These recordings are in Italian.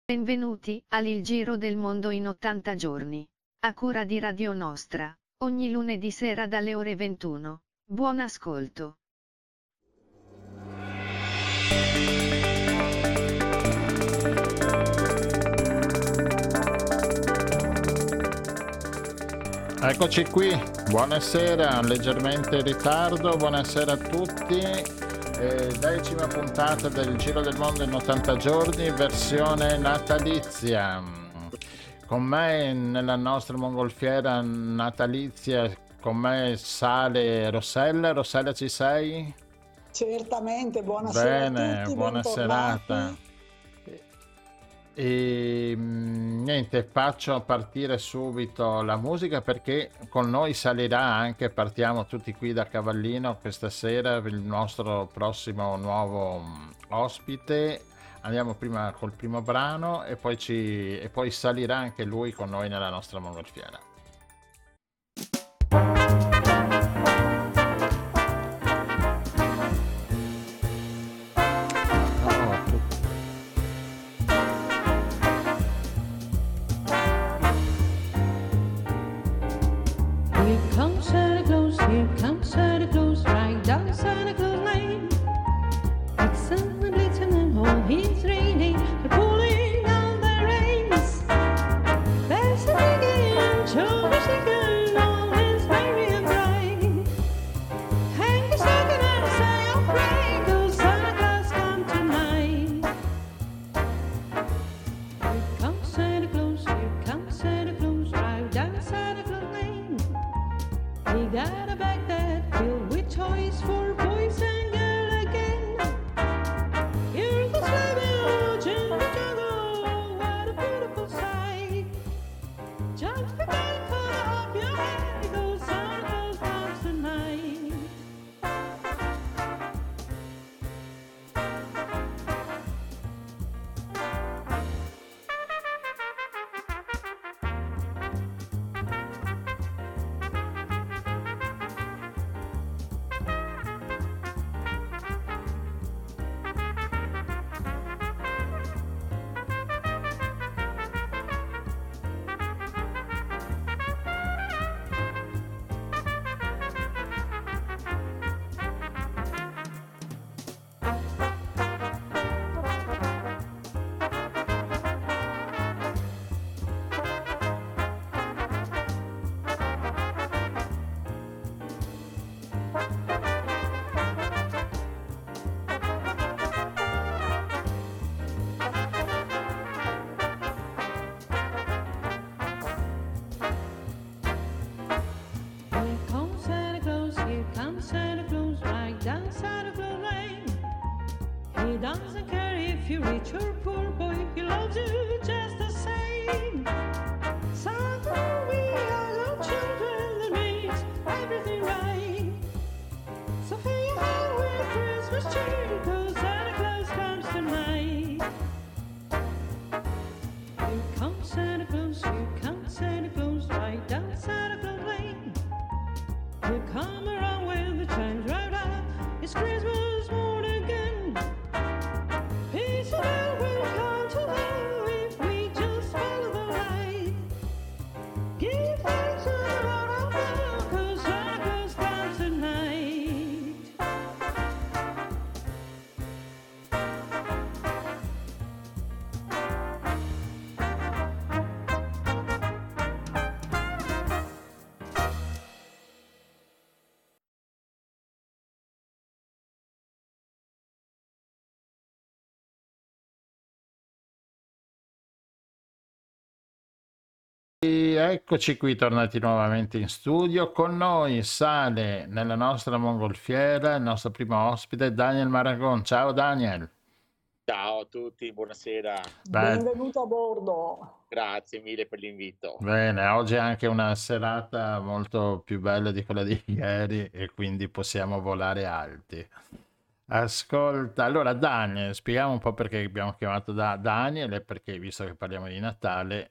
Benvenuti al Il Giro del Mondo in 80 giorni. A cura di Radio Nostra, ogni lunedì sera dalle ore 21. Buon ascolto. Eccoci qui, buonasera, leggermente in ritardo, buonasera a tutti. 10ª puntata del Giro del Mondo in 80 giorni, versione natalizia. Con me nella nostra mongolfiera natalizia, con me sale Rossella. Rossella, ci sei? Certamente, buonasera a Bene, tutti, buona serata. bentornati. E niente, faccio partire subito la musica perché con noi salirà anche, partiamo tutti qui da Cavallino questa sera per il nostro prossimo nuovo ospite. Andiamo prima col primo brano e poi salirà anche lui con noi nella nostra mongolfiera. Eccoci qui tornati nuovamente in studio. Con noi sale nella nostra mongolfiera il nostro primo ospite, Daniel Maragon. Ciao Daniel. Ciao a tutti, buonasera. Beh, Benvenuto a bordo. Grazie mille per l'invito. bene, oggi è anche una serata molto più bella di quella di ieri e quindi possiamo volare alti. Ascolta, allora Daniel, spieghiamo un po' perché abbiamo chiamato Daniel e perché, visto che parliamo di Natale,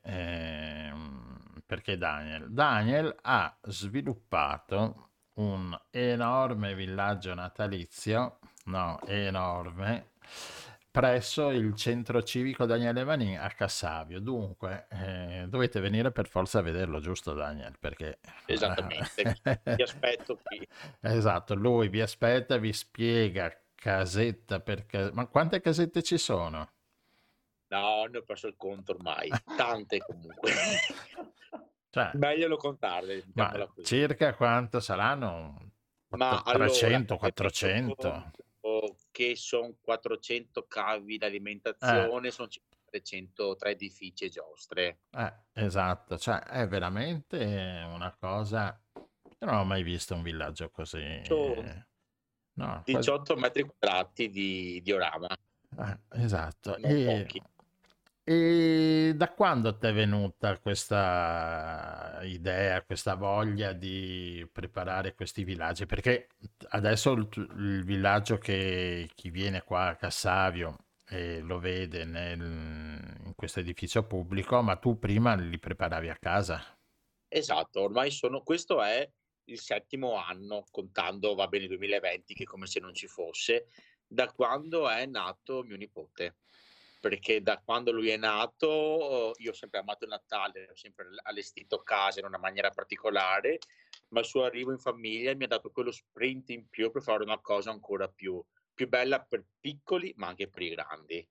perché Daniel? Daniel ha sviluppato un enorme villaggio natalizio, no, enorme, presso il centro civico Daniele Manin a Cassavio. Dunque, dovete venire per forza a vederlo, giusto Daniel? Perché Esattamente, ti aspetto qui. esatto, lui vi aspetta, vi spiega casetta per casetta. Ma quante casette ci sono? No, ne ho perso il conto ormai, tante comunque. Cioè, Meglio non contarle, ma mettiamola così. circa quanto saranno? Ma allora, 300, tenendo 400? conto che son 400 cavi Eh, d'alimentazione, son circa 300 tra edifici e giostre. esatto, cioè è veramente una cosa. Io non ho mai visto un villaggio così. Son No, quasi. 18 metri quadrati di diorama, Esatto. non pochi. E da quando ti è venuta questa idea, questa voglia di preparare questi villaggi? Perché adesso il villaggio che chi viene qua a Cassavio lo vede in questo edificio pubblico, ma tu prima li preparavi a casa. Esatto, ormai questo è il settimo anno, contando, va bene, il 2020 che è come se non ci fosse, da quando è nato mio nipote. Perché da quando lui è nato io ho sempre amato il Natale, ho sempre allestito casa in una maniera particolare, ma il suo arrivo in famiglia mi ha dato quello sprint in più per fare una cosa ancora più bella per piccoli, ma anche per i grandi.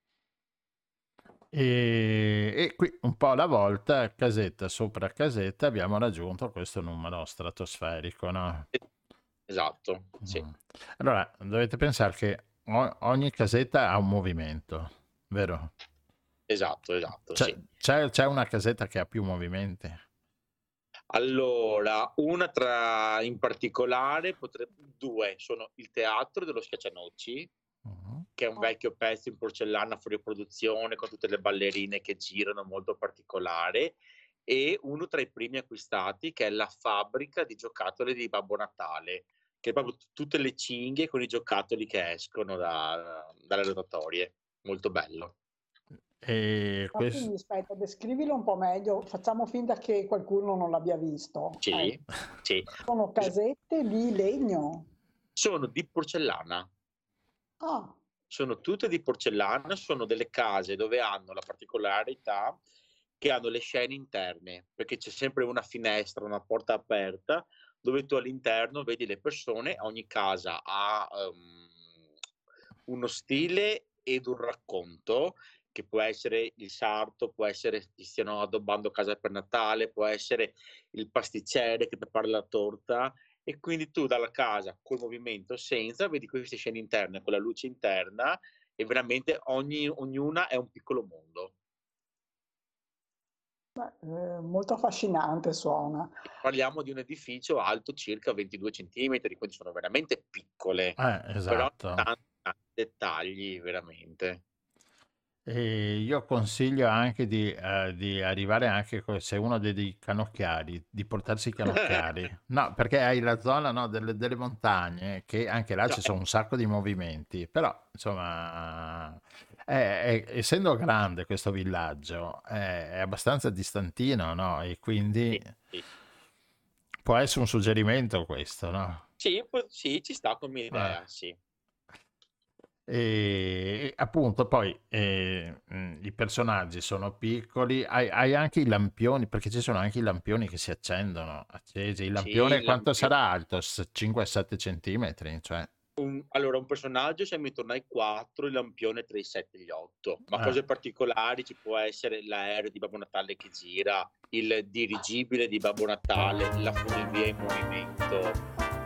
E qui un po' alla volta, casetta sopra casetta, abbiamo raggiunto questo numero stratosferico, no? E esatto, sì, Mm. Allora, dovete pensare che ogni casetta ha un movimento, vero? esatto, C'è, sì. c'è una casetta che ha più movimenti. Allora, una tra in particolare 2 sono il teatro dello Schiaccianoci, Mhm. che è un vecchio pezzo in porcellana fuori produzione con tutte le ballerine che girano, molto particolare, e uno tra i primi acquistati che è la fabbrica di giocattoli di Babbo Natale, che è proprio tutte le cinghie con i giocattoli che escono dalle rotatorie. Molto bello. E Ma quindi questo. aspetta, descrivilo un po' meglio, facciamo finta che qualcuno non l'abbia visto. Sì, sì. Sono casette di legno. Sono di porcellana. Ah, Sono tutte di porcellana, sono delle case dove hanno la particolarità che hanno le scene interne, perché c'è sempre una finestra, una porta aperta, dove tu all'interno vedi le persone, ogni casa ha, uno stile ed un racconto, che può essere il sarto, può essere che stiano addobbando casa per Natale, può essere il pasticcere che prepara la torta, e quindi tu dalla casa, col movimento, senza, vedi queste scene interne con la luce interna e veramente ognuna è un piccolo mondo. molto affascinante suona. Parliamo di un edificio alto circa 22 centimetri, quindi sono veramente piccole, però Esatto. tanti dettagli veramente. E io consiglio anche di arrivare anche se uno dei canocchiari, di portarsi i canocchiari. No, perché hai la zona, no, delle montagne, che anche là ci sono un sacco di movimenti, però insomma, essendo grande questo villaggio, è abbastanza distantino, no? E quindi Sì, sì. può essere un suggerimento questo, no? Sì, ci sta come Eh. idea, sì. E appunto poi i personaggi sono piccoli, hai anche i lampioni, perché ci sono anche i lampioni che si accendono accesi. Il Sì, lampione quanto sarà alto? 5-7 centimetri, cioè. allora un personaggio siamo intorno ai 4, il lampione tra i 7 e gli 8, ma Eh, cose particolari ci può essere l'aereo di Babbo Natale che gira, il dirigibile di Babbo Natale, la funivia in movimento,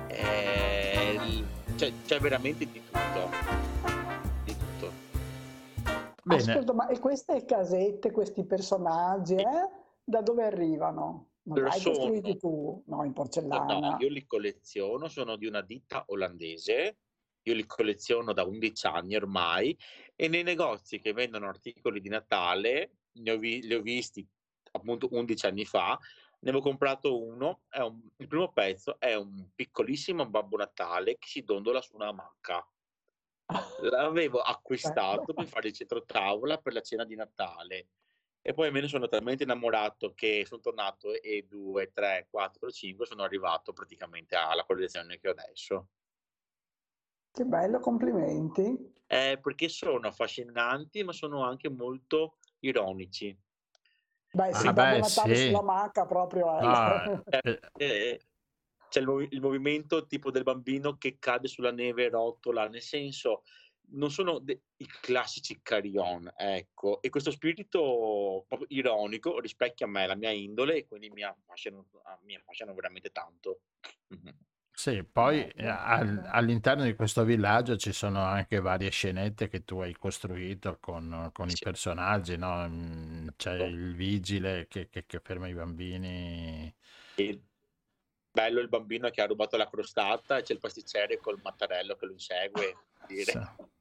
c'è veramente di tutto, di tutto. bene, Ascolta, ma e queste casette, questi personaggi, Sì. da dove arrivano? Non li Allora hai costruiti tu? No, in no, porcellana. io li colleziono, sono di una ditta olandese, io li colleziono da 11 anni ormai, e nei negozi che vendono articoli di Natale li ho visti appunto 11 anni fa, ne avevo comprato uno, il primo pezzo è un piccolissimo Babbo Natale che si dondola su una hamacca. L'avevo Bello. acquistato per fare il centro tavola per la cena di Natale, e poi me ne sono talmente innamorato che son tornato e 2, 3, 4, 5 sono arrivato praticamente alla collezione che ho adesso. Che bello, complimenti. Perché sono affascinanti, ma sono anche molto ironici. Beh sì, Ah Babbo beh, Natale sì. sulla Maca proprio No, è. C'è il movimento tipo del bambino che cade sulla neve e rotola, nel senso, non sono i classici carry-on, ecco. E questo spirito proprio ironico rispecchia a me, la mia indole, e quindi mi affascinano veramente tanto. sì, poi Bello. all'interno di questo villaggio ci sono anche varie scenette che tu hai costruito con i Sì, personaggi, no? C'è certo. il vigile che ferma i bambini. E bello il bambino che ha rubato la crostata, e c'è il pasticcere col mattarello che lo insegue, Sì, dire.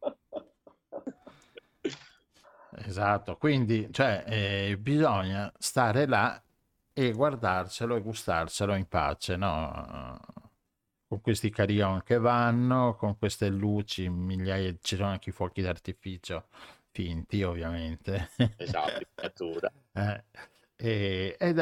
esatto, quindi cioè, bisogna stare là e guardarselo e gustarselo in pace, no? Con questi carillon che vanno, con queste luci, migliaia, ci sono anche i fuochi d'artificio finti, ovviamente. Esatto, in miniatura. Eh, ed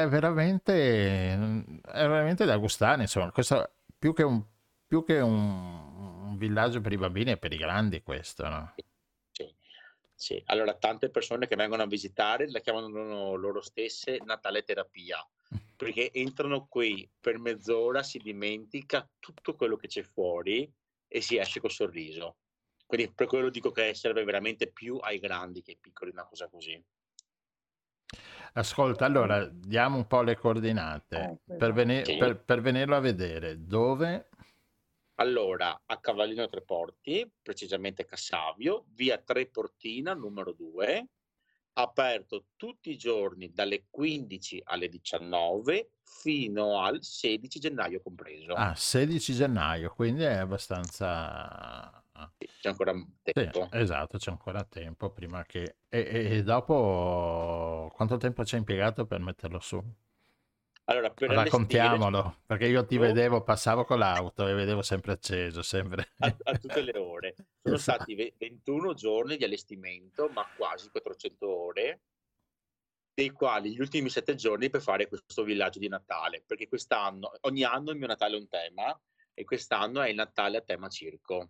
è veramente da gustare, insomma, questo più che un villaggio per i bambini e per i grandi, questo, no? Sì, sì. Allora, tante persone che vengono a visitare la chiamano loro stesse Natale terapia, perché entrano qui per mezz'ora, si dimentica tutto quello che c'è fuori e si esce col sorriso. Quindi per quello dico che serve veramente più ai grandi che ai piccoli una cosa così. Ascolta, allora diamo un po' le coordinate Esatto. Sì. per venirlo a vedere. Dove? Allora, a Cavallino Tre Porti, precisamente Cassavio, via Tre Portina numero 2, aperto tutti i giorni dalle 15 alle 19 fino al 16 gennaio compreso. Ah, 16 gennaio, quindi è abbastanza... Sì, c'è ancora Sì, tempo. esatto, c'è ancora tempo prima che... E dopo quanto tempo ci hai impiegato per metterlo su? Allora, per allestire Raccontiamolo, perché io ti soprattutto vedevo, passavo con l'auto e vedevo sempre acceso, sempre. a tutte le ore, sono Esatto. stati 21 giorni di allestimento, ma quasi 400 ore, dei quali gli ultimi 7 giorni per fare questo villaggio di Natale, perché quest'anno ogni anno il mio Natale è un tema, e quest'anno è il Natale a tema circo.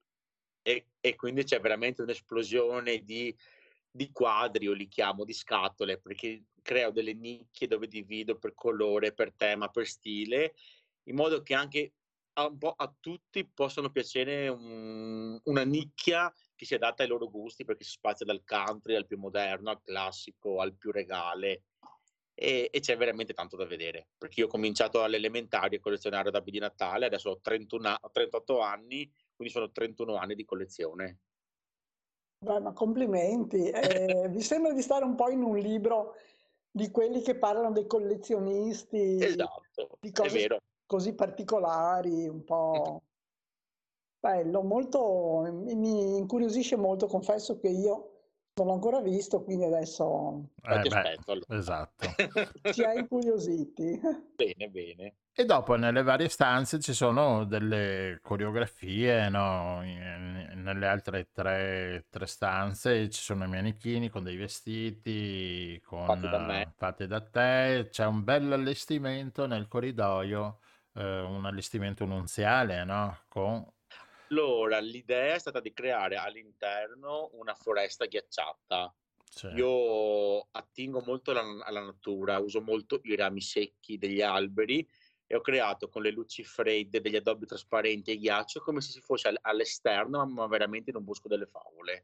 E quindi c'è veramente un'esplosione di quadri, io li chiamo, di scatole, perché creo delle nicchie dove divido per colore, per tema, per stile, in modo che anche a un po' a tutti possano piacere una nicchia che sia adatta ai loro gusti, perché si spazia dal country al più moderno, al classico, al più regale. E c'è veramente tanto da vedere, perché io ho cominciato alle elementari a collezionare dabbi di Natale, adesso ho 38 anni, quindi sono 31 anni di collezione. Beh, ma complimenti. Vi sembra di stare un po' in un libro di quelli che parlano dei collezionisti, Esatto, di è cose vero. così particolari, un po' bello, molto, mi incuriosisce molto. Confesso che io non l'ho ancora visto, quindi adesso Ti Beh, aspetto allora. esatto. ci ha incuriositi. Bene, bene. E dopo nelle varie stanze ci sono delle coreografie, no? Nelle altre tre stanze ci sono i manichini con dei vestiti, Fatti da me. fatti da te, c'è un bel allestimento nel corridoio, un allestimento nunziale, no? Con... Allora, l'idea è stata di creare all'interno una foresta ghiacciata. sì. Io attingo molto alla natura, uso molto i rami secchi degli alberi, e ho creato con le luci fredde, degli addobbi trasparenti e ghiaccio, come se si fosse all'esterno, ma veramente in un bosco delle favole.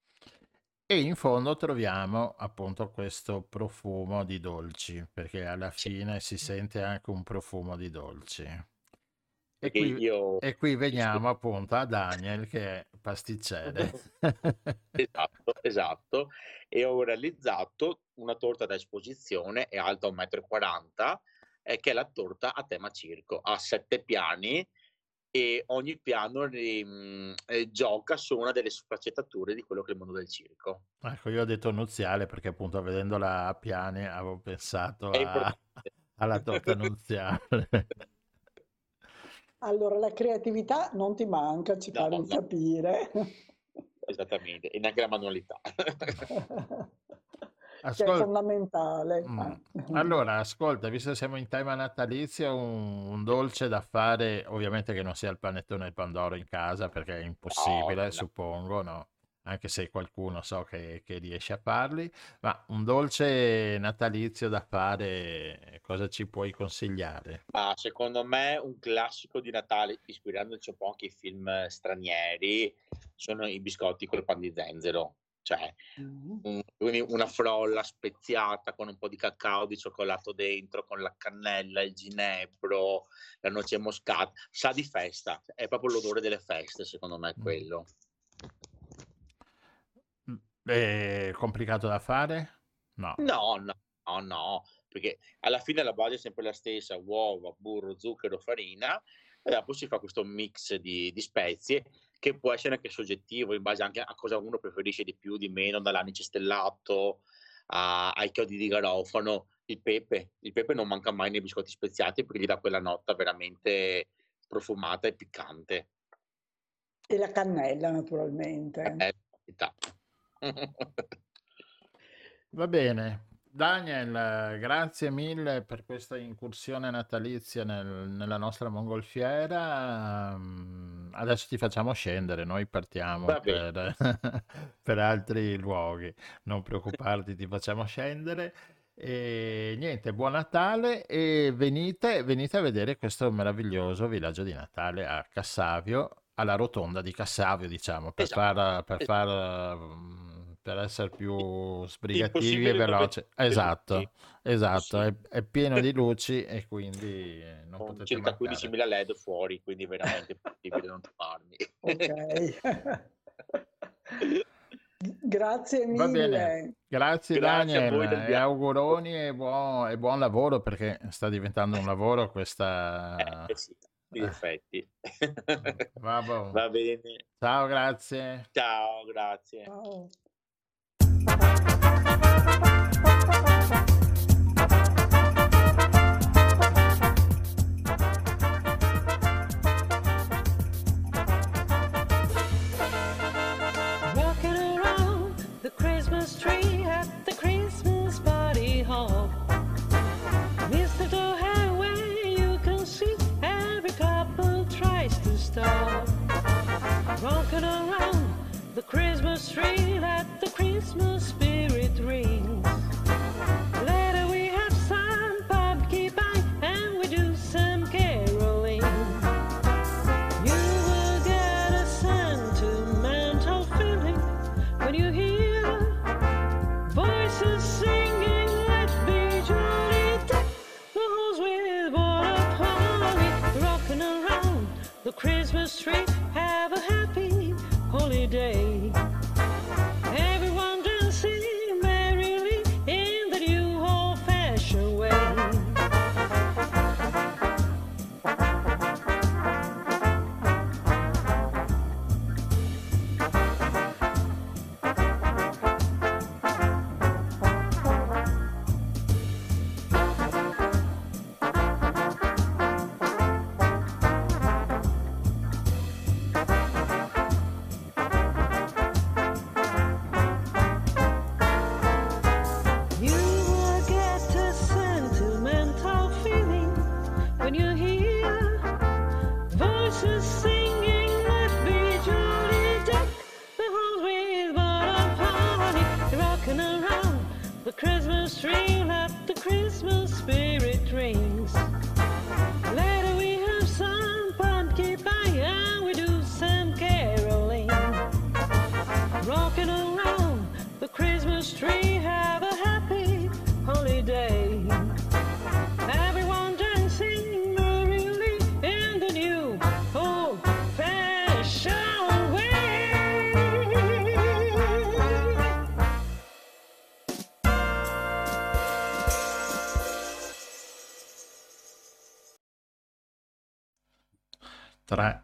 E in fondo troviamo appunto questo profumo di dolci, perché alla Sì, fine si sente anche un profumo di dolci. perché io E qui sì, sì. veniamo appunto a Daniel che è pasticcere. Esatto, esatto. E ho realizzato una torta da esposizione, è alta 1,40 m, che è la torta a tema circo. Ha 7 piani, e ogni piano gioca su una delle sfaccettature di quello che è il mondo del circo. Ecco, io ho detto nuziale perché appunto vedendola a piani avevo pensato È importante. alla torta nuziale. Allora, la creatività non ti manca, ci No, pare di no, capire. esattamente, e neanche la manualità. Che è Ascolta, fondamentale. allora, ascolta, visto che siamo in tema natalizio, un dolce da fare, ovviamente che non sia il panettone e il pandoro in casa perché è No, impossibile, no, no. suppongo, no? anche se qualcuno so che riesce a farli, ma un dolce natalizio da fare, cosa ci puoi consigliare? Ma secondo me un classico di Natale, ispirandoci un po' anche ai film stranieri, sono i biscotti col pan di zenzero. Cioè, Mm. quindi una frolla speziata con un po' di cacao, di cioccolato dentro, con la cannella, il ginepro, la noce moscata. Sa di festa, è proprio l'odore delle feste, secondo me è Mm. quello. È complicato da fare? No. No, no, no, no, perché alla fine la base è sempre la stessa: uova, burro, zucchero, farina, e dopo si fa questo mix di spezie che può essere anche soggettivo in base anche a cosa uno preferisce di più, di meno, dall'anice stellato ai chiodi di garofano. Il pepe non manca mai nei biscotti speziati perché gli dà quella nota veramente profumata e piccante. E la cannella, naturalmente. Qualità. Va bene. Daniel, grazie mille per questa incursione natalizia nella nostra mongolfiera. Adesso ti facciamo scendere, noi partiamo Va bene. per altri luoghi. Non preoccuparti, ti facciamo scendere. E niente, buon Natale e venite a vedere questo meraviglioso villaggio di Natale a Cassavio, alla rotonda di Cassavio, diciamo, Esatto. per essere più sbrigativi e Impossibile non veloci. vedere luci. Esatto, esatto, Impossibile. è pieno di luci e quindi non Con potete circa mancare. 15.000 LED fuori, quindi veramente impossibile non trovarmi. Ok. Grazie Va bene, mille. grazie Grazie a Daniel voi del e viaggio. auguroni e buon lavoro perché sta diventando un lavoro questa... Eh sì, in effetti. Vabbè. Va bene. Ciao, grazie. Ciao, grazie. Ciao. Rocking around the Christmas tree at the Christmas party hall. Mistletoe highway, you can see every couple tries to stop. Rocking around the Christmas tree, let the Christmas spirit ring. Later we have some pumpkin pie and we do some caroling. You will get a sentimental feeling when you hear voices singing, let's be jolly, deck the halls with water holly. Rocking around the Christmas tree, have a happy holiday. Everyone dancing merrily in the new old-fashioned way. You will get a sentimental feeling when you hear voices singing, let's be jolly, deck the halls with bottle party. Rocking around the Christmas tree, let the Christmas spirit rings. Later we have some pumpkin pie and we do some caroling. Rocking around the Christmas tree, have a happy holiday. Everyone dancing merrily in the new old-fashioned way. Tre.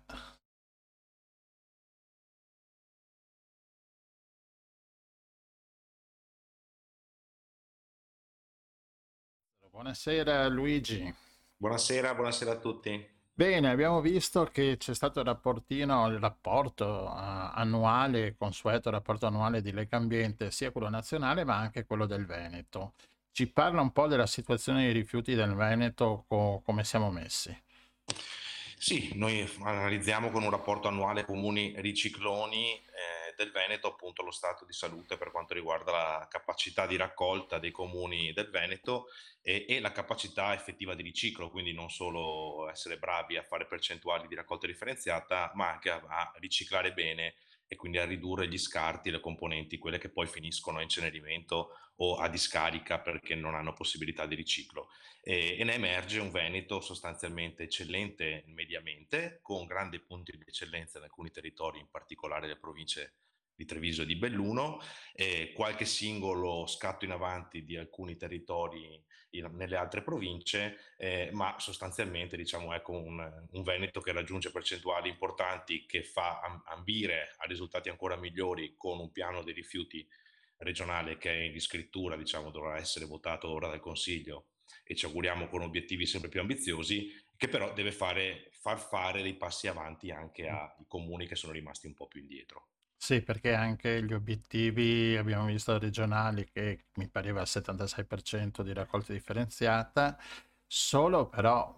Buonasera Luigi. Buonasera, buonasera a tutti. Bene, abbiamo visto che c'è stato il rapporto annuale, consueto rapporto annuale di Legambiente, sia quello nazionale ma anche quello del Veneto. Ci parla un po' della situazione dei rifiuti del Veneto, come siamo messi. Sì, noi analizziamo con un rapporto annuale comuni ricicloni del Veneto, appunto lo stato di salute per quanto riguarda la capacità di raccolta dei comuni del Veneto e la capacità effettiva di riciclo, quindi non solo essere bravi a fare percentuali di raccolta differenziata, ma anche a riciclare bene e quindi a ridurre gli scarti, le componenti, quelle che poi finiscono a incenerimento o a discarica perché non hanno possibilità di riciclo. E ne emerge un Veneto sostanzialmente eccellente mediamente, con grandi punti di eccellenza in alcuni territori, in particolare le province di Treviso e di Belluno, e qualche singolo scatto in avanti di alcuni territori nelle altre province, ma sostanzialmente diciamo ecco un Veneto che raggiunge percentuali importanti, che fa ambire a risultati ancora migliori con un piano dei rifiuti regionale che è in riscrittura, diciamo dovrà essere votato ora dal Consiglio e ci auguriamo con obiettivi sempre più ambiziosi, che però deve far fare dei passi avanti anche ai comuni che sono rimasti un po' più indietro. Sì, perché anche gli obiettivi, abbiamo visto regionali che mi pareva il 76% di raccolta differenziata, solo però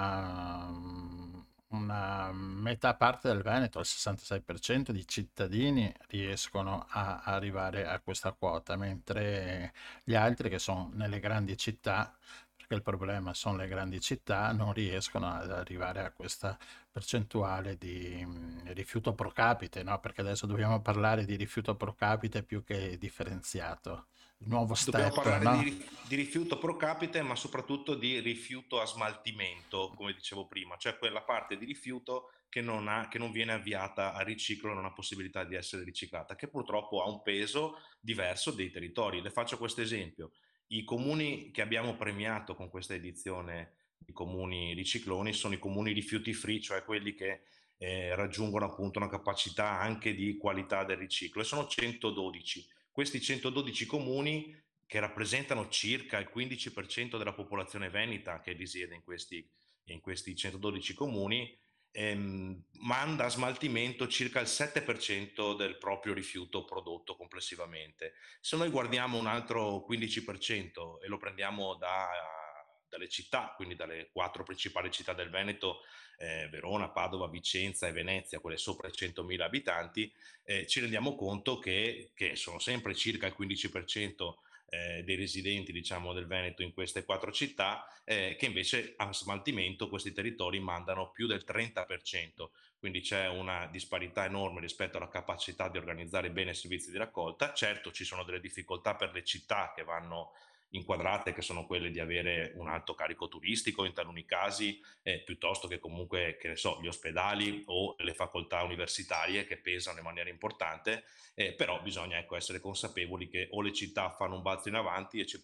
una metà parte del Veneto, il 66% di cittadini riescono a arrivare a questa quota, mentre gli altri che sono nelle grandi città, perché il problema sono le grandi città, non riescono ad arrivare a questa percentuale di rifiuto pro capite, no? Perché adesso dobbiamo parlare di rifiuto pro capite più che differenziato. Il nuovo Dobbiamo step, parlare no? di rifiuto pro capite, ma soprattutto di rifiuto a smaltimento, come dicevo prima, cioè quella parte di rifiuto che non viene avviata a riciclo, non ha possibilità di essere riciclata, che purtroppo ha un peso diverso dei territori. Le faccio questo esempio. I comuni che abbiamo premiato con questa edizione di comuni ricicloni sono i comuni rifiuti free, cioè quelli che raggiungono appunto una capacità anche di qualità del riciclo, e sono 112. Questi 112 comuni, che rappresentano circa il 15% della popolazione veneta che risiede in questi 112 comuni, manda a smaltimento circa il 7% del proprio rifiuto prodotto complessivamente. Se noi guardiamo un altro 15% e lo prendiamo dalle città, quindi dalle 4 principali città del Veneto, Verona, Padova, Vicenza e Venezia, quelle sopra i 100.000 abitanti, ci rendiamo conto che sono sempre circa il 15% dei residenti, diciamo, del Veneto in queste 4 città, che invece a smaltimento questi territori mandano più del 30%, quindi c'è una disparità enorme rispetto alla capacità di organizzare bene i servizi di raccolta. Certo, ci sono delle difficoltà per le città che vanno inquadrate, che sono quelle di avere un alto carico turistico in taluni casi, piuttosto che comunque, che ne so, gli ospedali o le facoltà universitarie che pesano in maniera importante, però bisogna ecco, essere consapevoli che o le città fanno un balzo in avanti e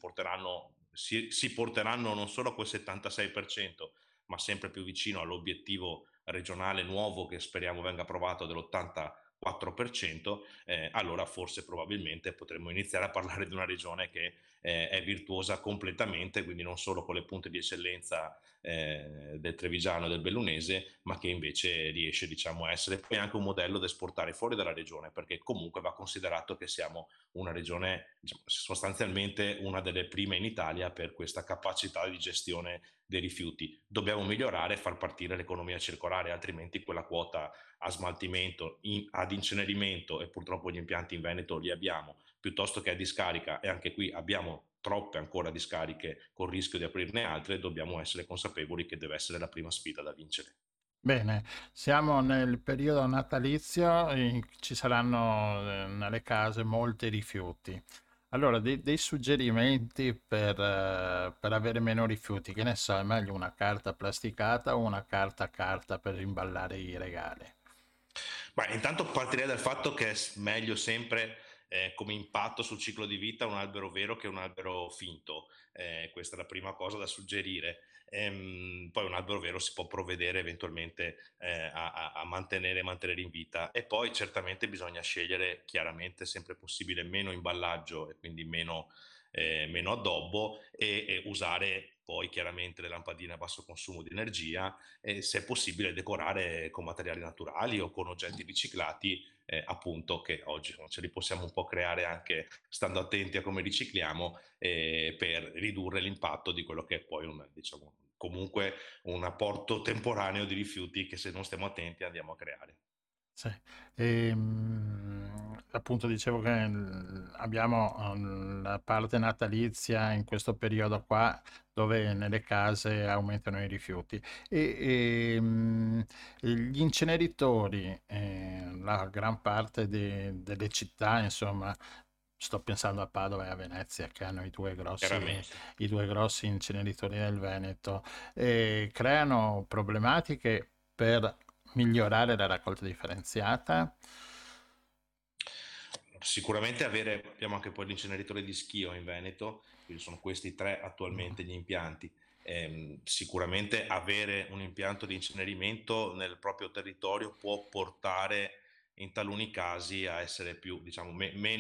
si porteranno non solo a quel 76%, ma sempre più vicino all'obiettivo regionale nuovo che speriamo venga approvato dell'84%, allora forse probabilmente potremmo iniziare a parlare di una regione che è virtuosa completamente, quindi non solo con le punte di eccellenza del trevigiano e del bellunese, ma che invece riesce, diciamo, a essere poi anche un modello da esportare fuori dalla regione, perché comunque va considerato che siamo una regione, diciamo, sostanzialmente una delle prime in Italia per questa capacità di gestione dei rifiuti. Dobbiamo migliorare e far partire l'economia circolare, altrimenti quella quota a smaltimento, ad incenerimento, e purtroppo gli impianti in Veneto li abbiamo, piuttosto che a discarica, e anche qui abbiamo troppe ancora discariche con il rischio di aprirne altre, dobbiamo essere consapevoli che deve essere la prima sfida da vincere. Bene, siamo nel periodo natalizio, ci saranno nelle case molti rifiuti. Allora, dei suggerimenti per avere meno rifiuti, che ne so, è meglio una carta plasticata o una carta a carta per imballare i regali? Ma intanto partirei dal fatto che è meglio sempre come impatto sul ciclo di vita un albero vero che un albero finto. Questa è la prima cosa da suggerire. Poi un albero vero si può provvedere eventualmente a mantenere in vita, e poi certamente bisogna scegliere chiaramente sempre possibile meno imballaggio e quindi meno addobbo, e usare poi chiaramente le lampadine a basso consumo di energia, e se è possibile decorare con materiali naturali o con oggetti riciclati, appunto, che oggi ce li possiamo un po' creare anche stando attenti a come ricicliamo, per ridurre l'impatto di quello che è poi diciamo, comunque un apporto temporaneo di rifiuti che, se non stiamo attenti, andiamo a creare. Sì. Appunto dicevo che abbiamo la parte natalizia in questo periodo qua dove nelle case aumentano i rifiuti e gli inceneritori, la gran parte delle città, insomma, sto pensando a Padova e a Venezia che hanno Chiaramente. i due grossi inceneritori del Veneto, creano problematiche per migliorare la raccolta differenziata. Sicuramente abbiamo anche poi l'inceneritore di Schio in Veneto, quindi sono questi tre attualmente gli impianti. Sicuramente avere un impianto di incenerimento nel proprio territorio può portare in taluni casi a essere più, diciamo,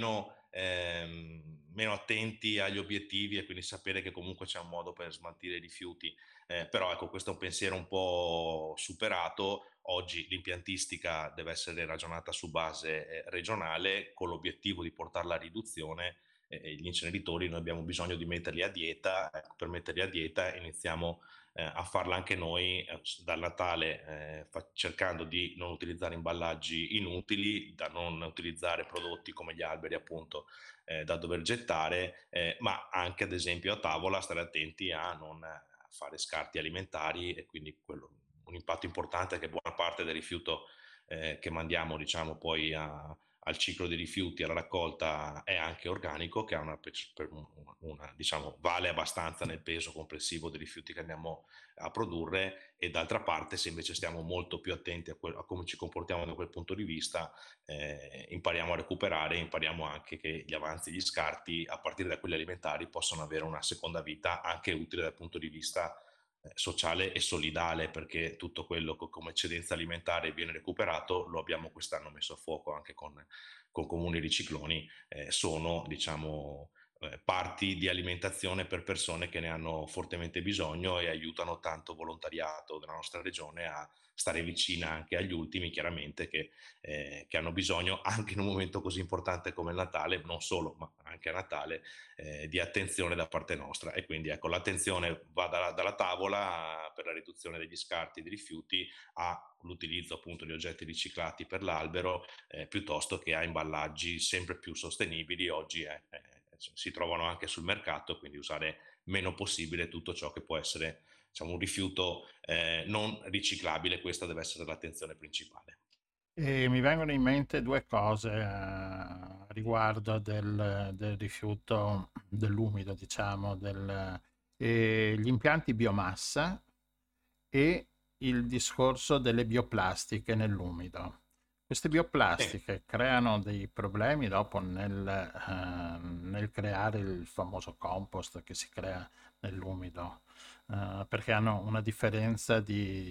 meno attenti agli obiettivi e quindi sapere che comunque c'è un modo per smaltire i rifiuti. Però ecco, questo è un pensiero un po' superato. Oggi l'impiantistica deve essere ragionata su base regionale con l'obiettivo di portarla a riduzione. Gli inceneritori noi abbiamo bisogno di metterli a dieta, ecco, per metterli a dieta iniziamo a farla anche noi dal Natale, cercando di non utilizzare imballaggi inutili, da non utilizzare prodotti come gli alberi appunto da dover gettare, ma anche ad esempio a tavola stare attenti a non fare scarti alimentari e quindi un impatto importante è che buona parte del rifiuto che mandiamo diciamo poi al ciclo dei rifiuti, alla raccolta è anche organico, che ha diciamo, vale abbastanza nel peso complessivo dei rifiuti che andiamo a produrre, e d'altra parte se invece stiamo molto più attenti a come ci comportiamo da quel punto di vista, impariamo a recuperare, impariamo anche che gli avanzi, gli scarti a partire da quelli alimentari possono avere una seconda vita anche utile dal punto di vista sociale e solidale, perché tutto quello che come eccedenza alimentare viene recuperato lo abbiamo quest'anno messo a fuoco anche con comuni ricicloni, sono diciamo parti di alimentazione per persone che ne hanno fortemente bisogno e aiutano tanto volontariato della nostra regione a stare vicina anche agli ultimi, chiaramente, che hanno bisogno anche in un momento così importante come il Natale, non solo, ma anche a Natale, di attenzione da parte nostra. E quindi ecco, l'attenzione va dalla tavola per la riduzione degli scarti di rifiuti all'utilizzo appunto di oggetti riciclati per l'albero, piuttosto che a imballaggi sempre più sostenibili. Oggi si trovano anche sul mercato, quindi usare meno possibile tutto ciò che può essere, diciamo, un rifiuto non riciclabile. Questa deve essere l'attenzione principale. E mi vengono in mente due cose riguardo del rifiuto dell'umido, diciamo, gli impianti biomassa e il discorso delle bioplastiche nell'umido. Queste bioplastiche creano dei problemi dopo nel creare il famoso compost che si crea nell'umido, perché hanno una differenza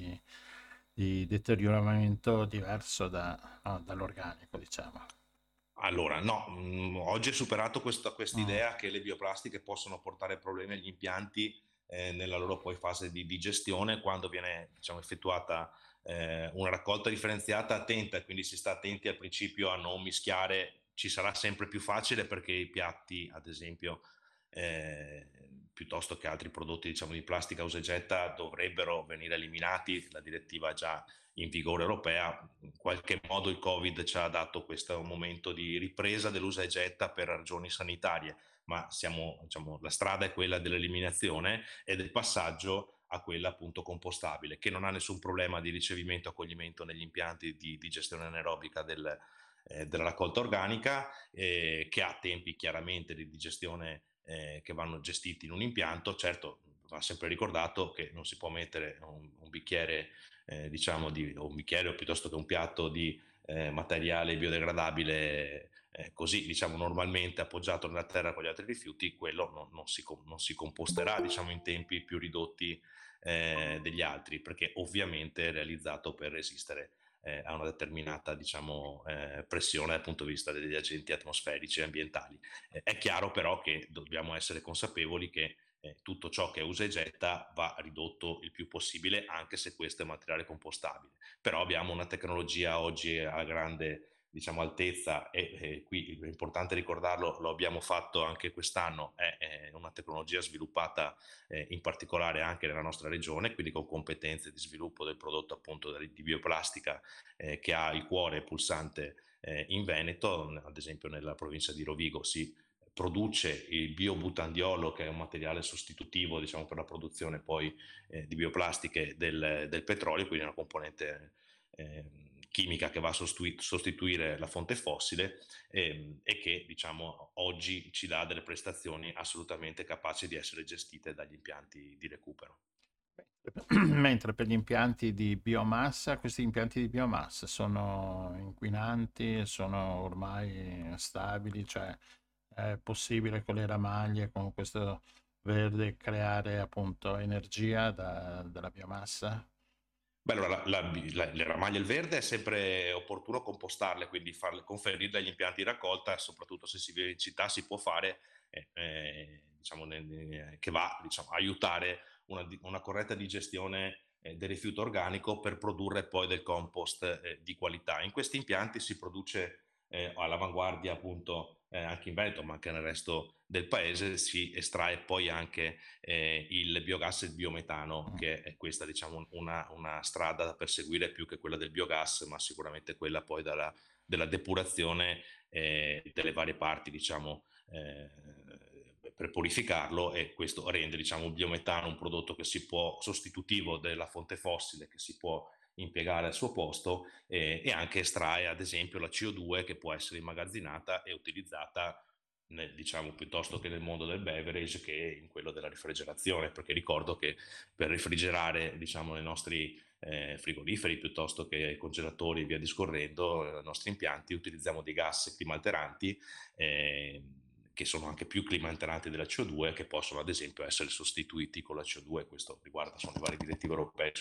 di deterioramento diverso no, dall'organico, diciamo. Allora, no, oggi è superato questa Mm. idea che le bioplastiche possono portare problemi agli impianti nella loro poi fase di gestione, quando viene, diciamo, effettuata una raccolta differenziata attenta, e quindi si sta attenti al principio a non mischiare. Ci sarà sempre più facile perché i piatti, ad esempio, eh, piuttosto che altri prodotti, diciamo, di plastica usa e getta, dovrebbero venire eliminati. La direttiva già in vigore europea. In qualche modo il Covid ci ha dato questo momento di ripresa dell'usa e getta per ragioni sanitarie, ma diciamo, la strada è quella dell'eliminazione e del passaggio a quella appunto compostabile, che non ha nessun problema di ricevimento e accoglimento negli impianti di gestione anaerobica della raccolta organica, che ha tempi chiaramente di gestione che vanno gestiti in un impianto. Certo, va sempre ricordato che non si può mettere un bicchiere diciamo o un bicchiere o piuttosto che un piatto di materiale biodegradabile così diciamo normalmente appoggiato nella terra con gli altri rifiuti, quello non si composterà diciamo in tempi più ridotti degli altri, perché ovviamente è realizzato per resistere a una determinata diciamo, pressione dal punto di vista degli agenti atmosferici e ambientali. È chiaro però che dobbiamo essere consapevoli che tutto ciò che è usa e getta va ridotto il più possibile, anche se questo è materiale compostabile. Però abbiamo una tecnologia oggi a grande diciamo, altezza e qui è importante ricordarlo, lo abbiamo fatto anche quest'anno, è una tecnologia sviluppata in particolare anche nella nostra regione, quindi con competenze di sviluppo del prodotto appunto di bioplastica che ha il cuore pulsante in Veneto, ad esempio nella provincia di Rovigo si produce il biobutandiolo, che è un materiale sostitutivo, diciamo, per la produzione poi di bioplastiche del petrolio, quindi una componente chimica che va a sostituire la fonte fossile e che, diciamo, oggi ci dà delle prestazioni assolutamente capaci di essere gestite dagli impianti di recupero. Mentre per gli impianti di biomassa, questi impianti di biomassa sono inquinanti, sono ormai stabili, cioè è possibile con le ramaglie, con questo verde, creare appunto energia dalla biomassa? Beh, allora, le ramaglie al verde è sempre opportuno compostarle, quindi conferirle agli impianti di raccolta, soprattutto se si vive in città, si può fare, diciamo, che va, diciamo, a aiutare una corretta digestione del rifiuto organico per produrre poi del compost di qualità. In questi impianti si produce all'avanguardia appunto anche in Veneto, ma anche nel resto del paese, si estrae poi anche il biogas e il biometano, che è questa, diciamo, una strada da perseguire più che quella del biogas, ma sicuramente quella poi della depurazione delle varie parti, diciamo, per purificarlo, e questo rende, diciamo, il biometano un prodotto che si può, sostitutivo della fonte fossile, che si può impiegare al suo posto e anche estrae ad esempio la CO2 che può essere immagazzinata e utilizzata diciamo, piuttosto che nel mondo del beverage che in quello della rifrigerazione, perché ricordo che per refrigerare, diciamo, i nostri frigoriferi piuttosto che congelatori e via discorrendo, i nostri impianti, utilizziamo dei gas climalteranti che sono anche più climalteranti della CO2, che possono ad esempio essere sostituiti con la CO2. Questo riguarda, sono le varie direttive europee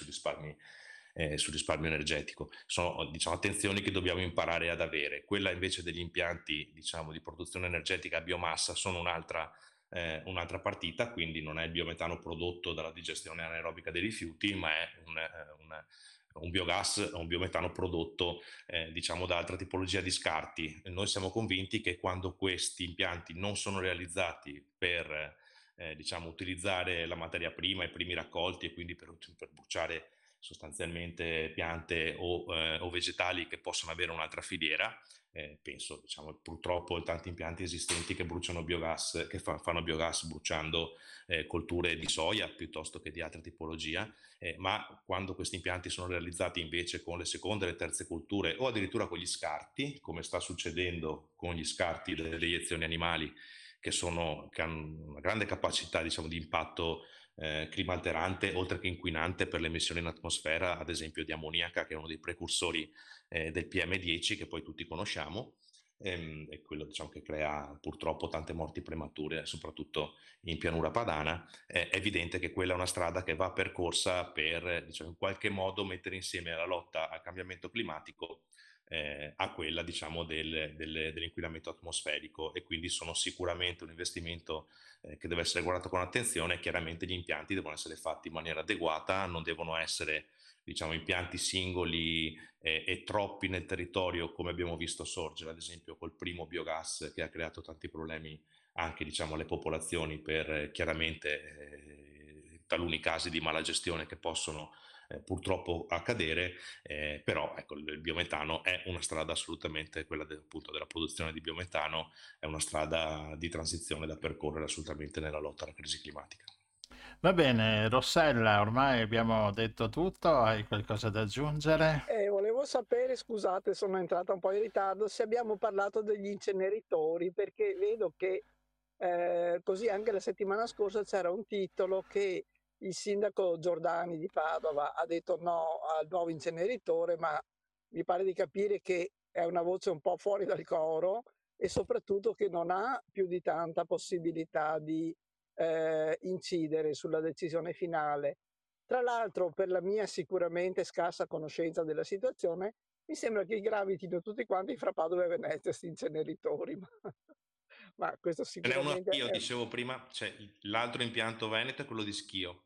sul risparmio energetico. Sono, diciamo, attenzioni che dobbiamo imparare ad avere. Quella invece degli impianti, diciamo, di produzione energetica a biomassa sono un'altra partita, quindi non è il biometano prodotto dalla digestione anaerobica dei rifiuti, ma è un biogas, un biometano prodotto diciamo da altra tipologia di scarti. Noi siamo convinti che quando questi impianti non sono realizzati per diciamo, utilizzare la materia prima, i primi raccolti e quindi per bruciare sostanzialmente piante o vegetali che possono avere un'altra filiera. Penso, diciamo, purtroppo tanti impianti esistenti che bruciano biogas, che fanno biogas bruciando colture di soia piuttosto che di altra tipologia, ma quando questi impianti sono realizzati invece con le seconde e le terze colture o addirittura con gli scarti, come sta succedendo con gli scarti delle deiezioni animali, che hanno una grande capacità, diciamo, di impatto climalterante oltre che inquinante per le emissioni in atmosfera, ad esempio di ammoniaca, che è uno dei precursori del PM10 che poi tutti conosciamo, è quello, diciamo, che crea purtroppo tante morti premature, soprattutto in pianura padana. È evidente che quella è una strada che va percorsa per, diciamo, in qualche modo mettere insieme la lotta al cambiamento climatico a quella, diciamo, dell'inquinamento atmosferico, e quindi sono sicuramente un investimento che deve essere guardato con attenzione. Chiaramente gli impianti devono essere fatti in maniera adeguata, non devono essere, diciamo, impianti singoli e troppi nel territorio, come abbiamo visto sorgere ad esempio col primo biogas, che ha creato tanti problemi anche, diciamo, alle popolazioni per chiaramente taluni casi di malagestione che possono purtroppo accadere, però ecco, il biometano è una strada assolutamente, quella appunto della produzione di biometano, è una strada di transizione da percorrere assolutamente nella lotta alla crisi climatica. Va bene, Rossella, ormai abbiamo detto tutto, hai qualcosa da aggiungere? Volevo sapere, scusate, sono entrata un po' in ritardo, se abbiamo parlato degli inceneritori, perché vedo che così anche la settimana scorsa c'era un titolo che il sindaco Giordani di Padova ha detto no al nuovo inceneritore, ma mi pare di capire che è una voce un po' fuori dal coro e soprattutto che non ha più di tanta possibilità di incidere sulla decisione finale. Tra l'altro, per la mia sicuramente scarsa conoscenza della situazione, mi sembra che gravitino tutti quanti fra Padova e Venezia, questi inceneritori. Ma questo Ce n'è uno a sicuramente Schio, è... dicevo prima, cioè, l'altro impianto veneto è quello di Schio.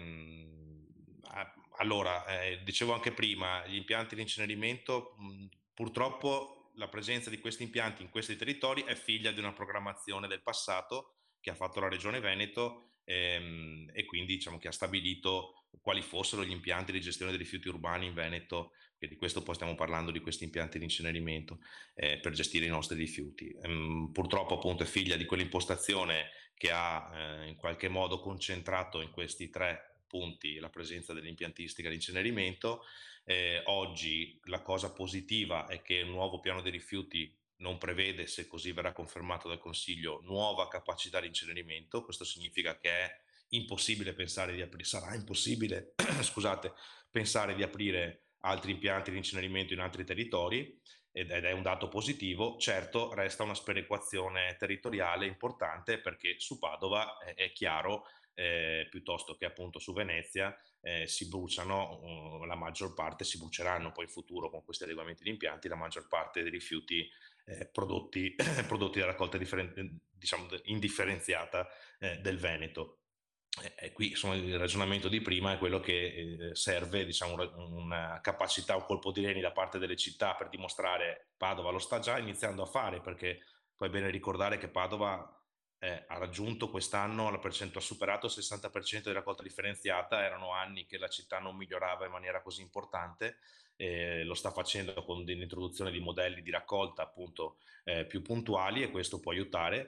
Allora, dicevo anche prima, gli impianti di incenerimento Purtroppo la presenza di questi impianti in questi territori è figlia di una programmazione del passato che ha fatto la Regione Veneto, e quindi diciamo che ha stabilito quali fossero gli impianti di gestione dei rifiuti urbani in Veneto, e di questo poi stiamo parlando, di questi impianti di incenerimento per gestire i nostri rifiuti. Purtroppo appunto è figlia di quell'impostazione che ha in qualche modo concentrato in questi 3 punti la presenza dell'impiantistica di incenerimento. Oggi la cosa positiva è che il nuovo piano dei rifiuti non prevede, se così verrà confermato dal Consiglio, nuova capacità di incenerimento. Questo significa che è impossibile pensare di aprire, sarà impossibile, scusate, pensare di aprire altri impianti di incenerimento in altri territori, ed è un dato positivo. Certo, resta una sperequazione territoriale importante, perché su Padova è chiaro, piuttosto che appunto su Venezia, si bruciano, la maggior parte si bruceranno poi in futuro con questi adeguamenti di impianti, la maggior parte dei rifiuti prodotti, prodotti da raccolta diciamo, indifferenziata del Veneto. Qui insomma, il ragionamento di prima è quello che serve, diciamo, una capacità, un colpo di reni da parte delle città per dimostrare. Padova lo sta già iniziando a fare, perché poi è bene ricordare che Padova ha raggiunto quest'anno ha superato il 60% di raccolta differenziata. Erano anni che la città non migliorava in maniera così importante. Lo sta facendo con l'introduzione di modelli di raccolta appunto più puntuali, e questo può aiutare.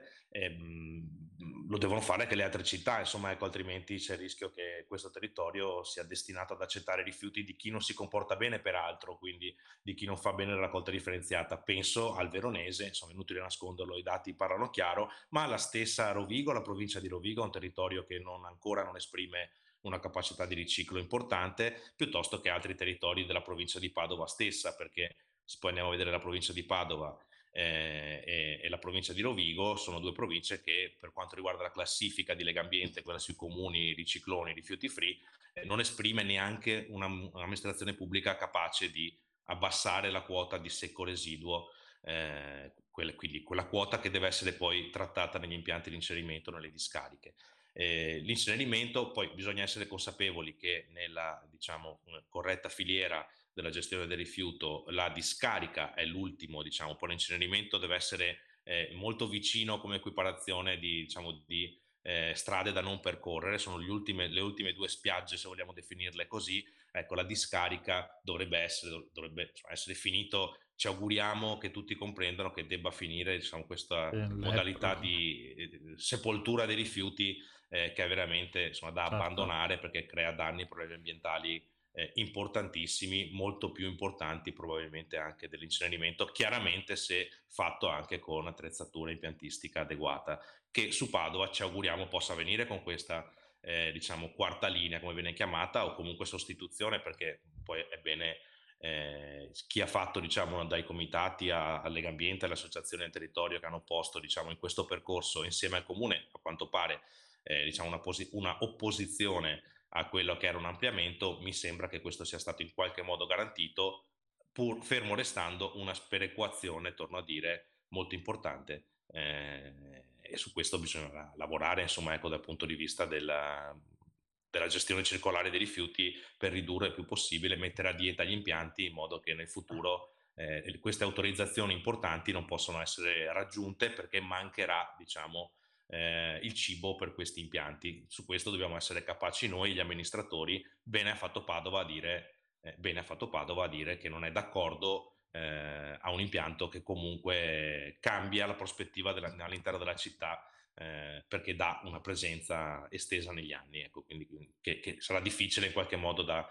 Lo devono fare anche le altre città, insomma, ecco, altrimenti c'è il rischio che questo territorio sia destinato ad accettare rifiuti di chi non si comporta bene, peraltro, quindi di chi non fa bene la raccolta differenziata. Penso al Veronese, insomma, inutile nasconderlo, i dati parlano chiaro, ma la stessa Rovigo, la provincia di Rovigo, è un territorio che ancora non esprime una capacità di riciclo importante, piuttosto che altri territori della provincia di Padova stessa, perché se poi andiamo a vedere la provincia di Padova e la provincia di Rovigo, sono 2 province che, per quanto riguarda la classifica di Legambiente, quella sui comuni ricicloni, rifiuti free, non esprime neanche un'amministrazione pubblica capace di abbassare la quota di secco residuo, quindi quella quota che deve essere poi trattata negli impianti di incenerimento, nelle discariche. L'incenerimento, poi bisogna essere consapevoli che nella, diciamo, corretta filiera della gestione del rifiuto, la discarica è l'ultimo, diciamo, poi l'incenerimento deve essere molto vicino come equiparazione di, diciamo, di strade da non percorrere, sono le ultime 2 spiagge, se vogliamo definirle così. Ecco, la discarica dovrebbe essere finito. Ci auguriamo che tutti comprendano che debba finire, diciamo, questa modalità di sepoltura dei rifiuti, che è veramente, insomma, da abbandonare, perché crea danni e problemi ambientali importantissimi, molto più importanti probabilmente anche dell'incenerimento, chiaramente se fatto anche con attrezzatura impiantistica adeguata, che su Padova ci auguriamo possa avvenire con questa diciamo quarta linea, come viene chiamata, o comunque sostituzione, perché poi è bene chi ha fatto, diciamo, dai comitati a Legambiente, alle associazioni del territorio che hanno posto, diciamo, in questo percorso insieme al comune, a quanto pare, diciamo, una opposizione a quello che era un ampliamento. Mi sembra che questo sia stato in qualche modo garantito, pur fermo restando una sperequazione, torno a dire, molto importante, e su questo bisogna lavorare, insomma, ecco, dal punto di vista della gestione circolare dei rifiuti, per ridurre il più possibile, mettere a dieta gli impianti, in modo che nel futuro queste autorizzazioni importanti non possono essere raggiunte, perché mancherà, diciamo, il cibo per questi impianti. Su questo dobbiamo essere capaci noi, gli amministratori. Bene ha fatto Padova a dire che non è d'accordo a un impianto che comunque cambia la prospettiva all'interno della città, perché dà una presenza estesa negli anni, ecco, quindi che sarà difficile in qualche modo da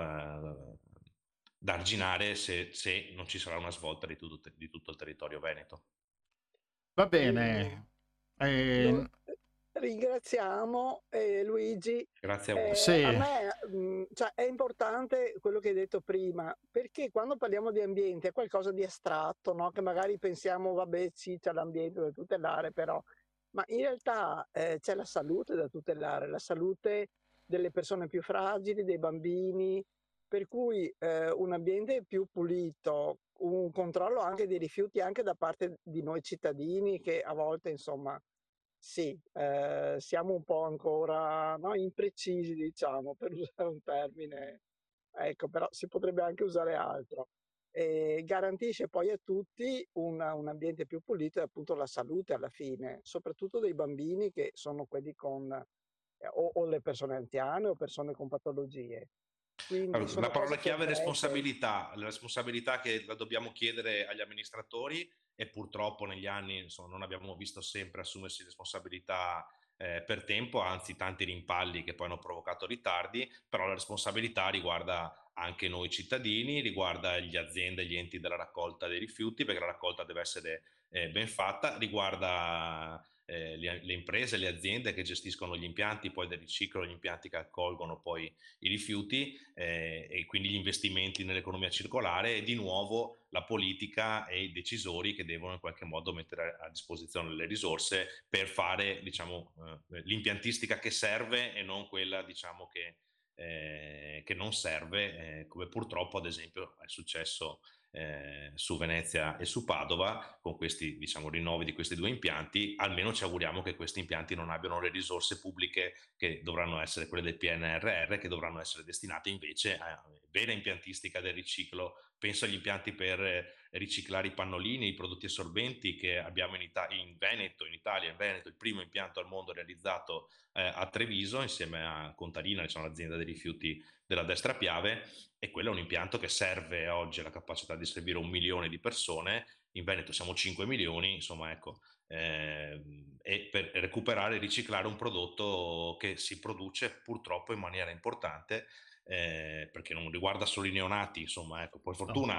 arginare se non ci sarà una svolta di tutto il territorio veneto. Va bene. Lo ringraziamo Luigi. Grazie a voi. Sì. A me cioè, è importante quello che hai detto prima, perché quando parliamo di ambiente è qualcosa di astratto, no? Che magari pensiamo, vabbè, sì, c'è l'ambiente da tutelare, però, ma in realtà c'è la salute da tutelare, la salute delle persone più fragili, dei bambini, per cui un ambiente più pulito, un controllo anche dei rifiuti anche da parte di noi cittadini, che a volte, insomma, sì, siamo un po' ancora, no, imprecisi, diciamo, per usare un termine, ecco, però si potrebbe anche usare altro. e garantisce poi a tutti un ambiente più pulito e appunto la salute alla fine, soprattutto dei bambini che sono quelli con o le persone anziane o persone con patologie. Quindi La sono parola cose chiave è concrete. la responsabilità che la dobbiamo chiedere agli amministratori e purtroppo negli anni insomma, non abbiamo visto sempre assumersi responsabilità per tempo, anzi tanti rimpalli che poi hanno provocato ritardi, però la responsabilità riguarda anche noi cittadini, riguarda le aziende e gli enti della raccolta dei rifiuti, perché la raccolta deve essere ben fatta, riguarda le imprese, le aziende che gestiscono gli impianti poi del riciclo, gli impianti che accolgono poi i rifiuti e quindi gli investimenti nell'economia circolare e di nuovo la politica e i decisori che devono in qualche modo mettere a disposizione le risorse per fare diciamo, l'impiantistica che serve e non quella diciamo, che non serve, come purtroppo ad esempio è successo su Venezia e su Padova con questi diciamo, rinnovi di questi due impianti. Almeno ci auguriamo che questi impianti non abbiano le risorse pubbliche che dovranno essere quelle del PNRR, che dovranno essere destinate invece a vera impiantistica del riciclo. Penso agli impianti per riciclare i pannolini, i prodotti assorbenti che abbiamo in Veneto, in Italia, in Veneto, il primo impianto al mondo realizzato a Treviso insieme a Contarina, diciamo, l'azienda dei rifiuti della Destra Piave, e quello è un impianto che serve oggi alla capacità di servire 1 milione di persone. In Veneto siamo 5 milioni, insomma, ecco, e per recuperare e riciclare un prodotto che si produce purtroppo in maniera importante, perché non riguarda solo i neonati, insomma, ecco, per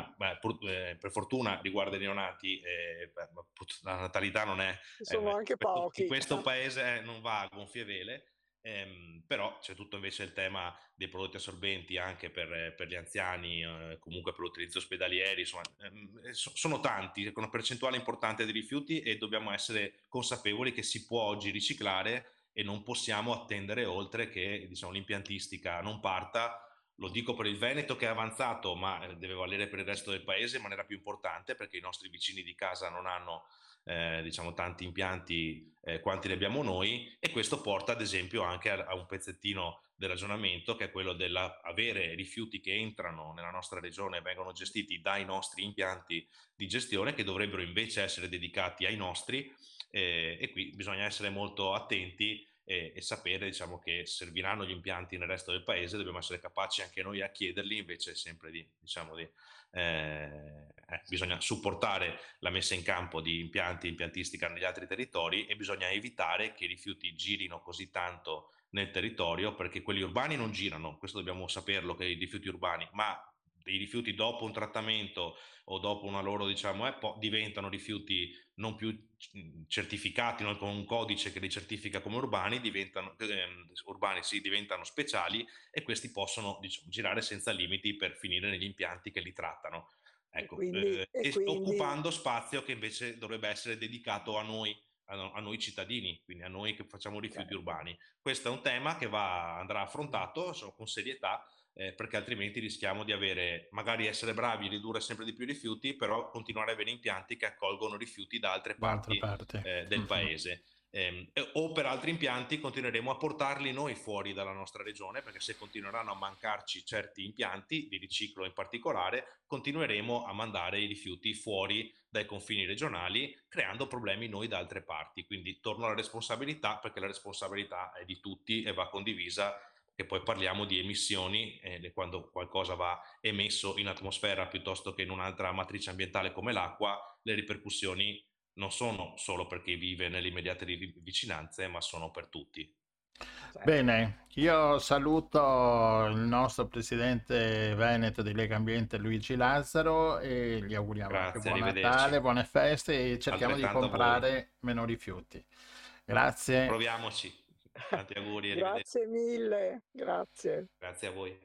fortuna riguarda i neonati, la natalità non è Sono anche in pochi. questo paese non va a gonfie vele. Però c'è tutto invece il tema dei prodotti assorbenti anche per gli anziani, comunque per l'utilizzo ospedalieri, insomma, sono tanti, con una percentuale importante di rifiuti e dobbiamo essere consapevoli che si può oggi riciclare e non possiamo attendere oltre che diciamo, l'impiantistica non parta. Lo dico per il Veneto che è avanzato, ma deve valere per il resto del paese in maniera più importante perché i nostri vicini di casa non hanno diciamo tanti impianti quanti ne abbiamo noi, e questo porta ad esempio anche a un pezzettino del ragionamento che è quello dell'avere rifiuti che entrano nella nostra regione e vengono gestiti dai nostri impianti di gestione che dovrebbero invece essere dedicati ai nostri, e qui bisogna essere molto attenti e sapere diciamo, che serviranno gli impianti nel resto del paese, dobbiamo essere capaci anche noi a chiederli invece sempre bisogna supportare la messa in campo di impianti e impiantistica negli altri territori e bisogna evitare che i rifiuti girino così tanto nel territorio, perché quelli urbani non girano, questo dobbiamo saperlo, che i rifiuti urbani, ma i rifiuti dopo un trattamento o dopo una loro diciamo diventano rifiuti non più certificati, non con un codice che li certifica come urbani, diventano speciali, e questi possono diciamo, girare senza limiti per finire negli impianti che li trattano, ecco, quindi occupando spazio che invece dovrebbe essere dedicato a noi cittadini, quindi a noi che facciamo rifiuti urbani. Questo è un tema che andrà affrontato con serietà, perché altrimenti rischiamo di magari essere bravi a ridurre sempre di più i rifiuti, però continuare ad avere impianti che accolgono rifiuti da altre parti del paese. O per altri impianti continueremo a portarli noi fuori dalla nostra regione, perché se continueranno a mancarci certi impianti di riciclo in particolare, continueremo a mandare i rifiuti fuori dai confini regionali, creando problemi noi da altre parti. Quindi torno alla responsabilità, perché la responsabilità è di tutti e va condivisa. E poi parliamo di emissioni, quando qualcosa va emesso in atmosfera piuttosto che in un'altra matrice ambientale come l'acqua, le ripercussioni non sono solo per chi vive nelle immediate vicinanze, ma sono per tutti. Bene, io saluto il nostro presidente veneto di Lega Ambiente Luigi Lazzaro e gli auguriamo anche buon Natale, buone feste e cerchiamo di comprare meno rifiuti. Grazie. Proviamoci. Tanti auguri. Grazie mille, grazie. Grazie a voi.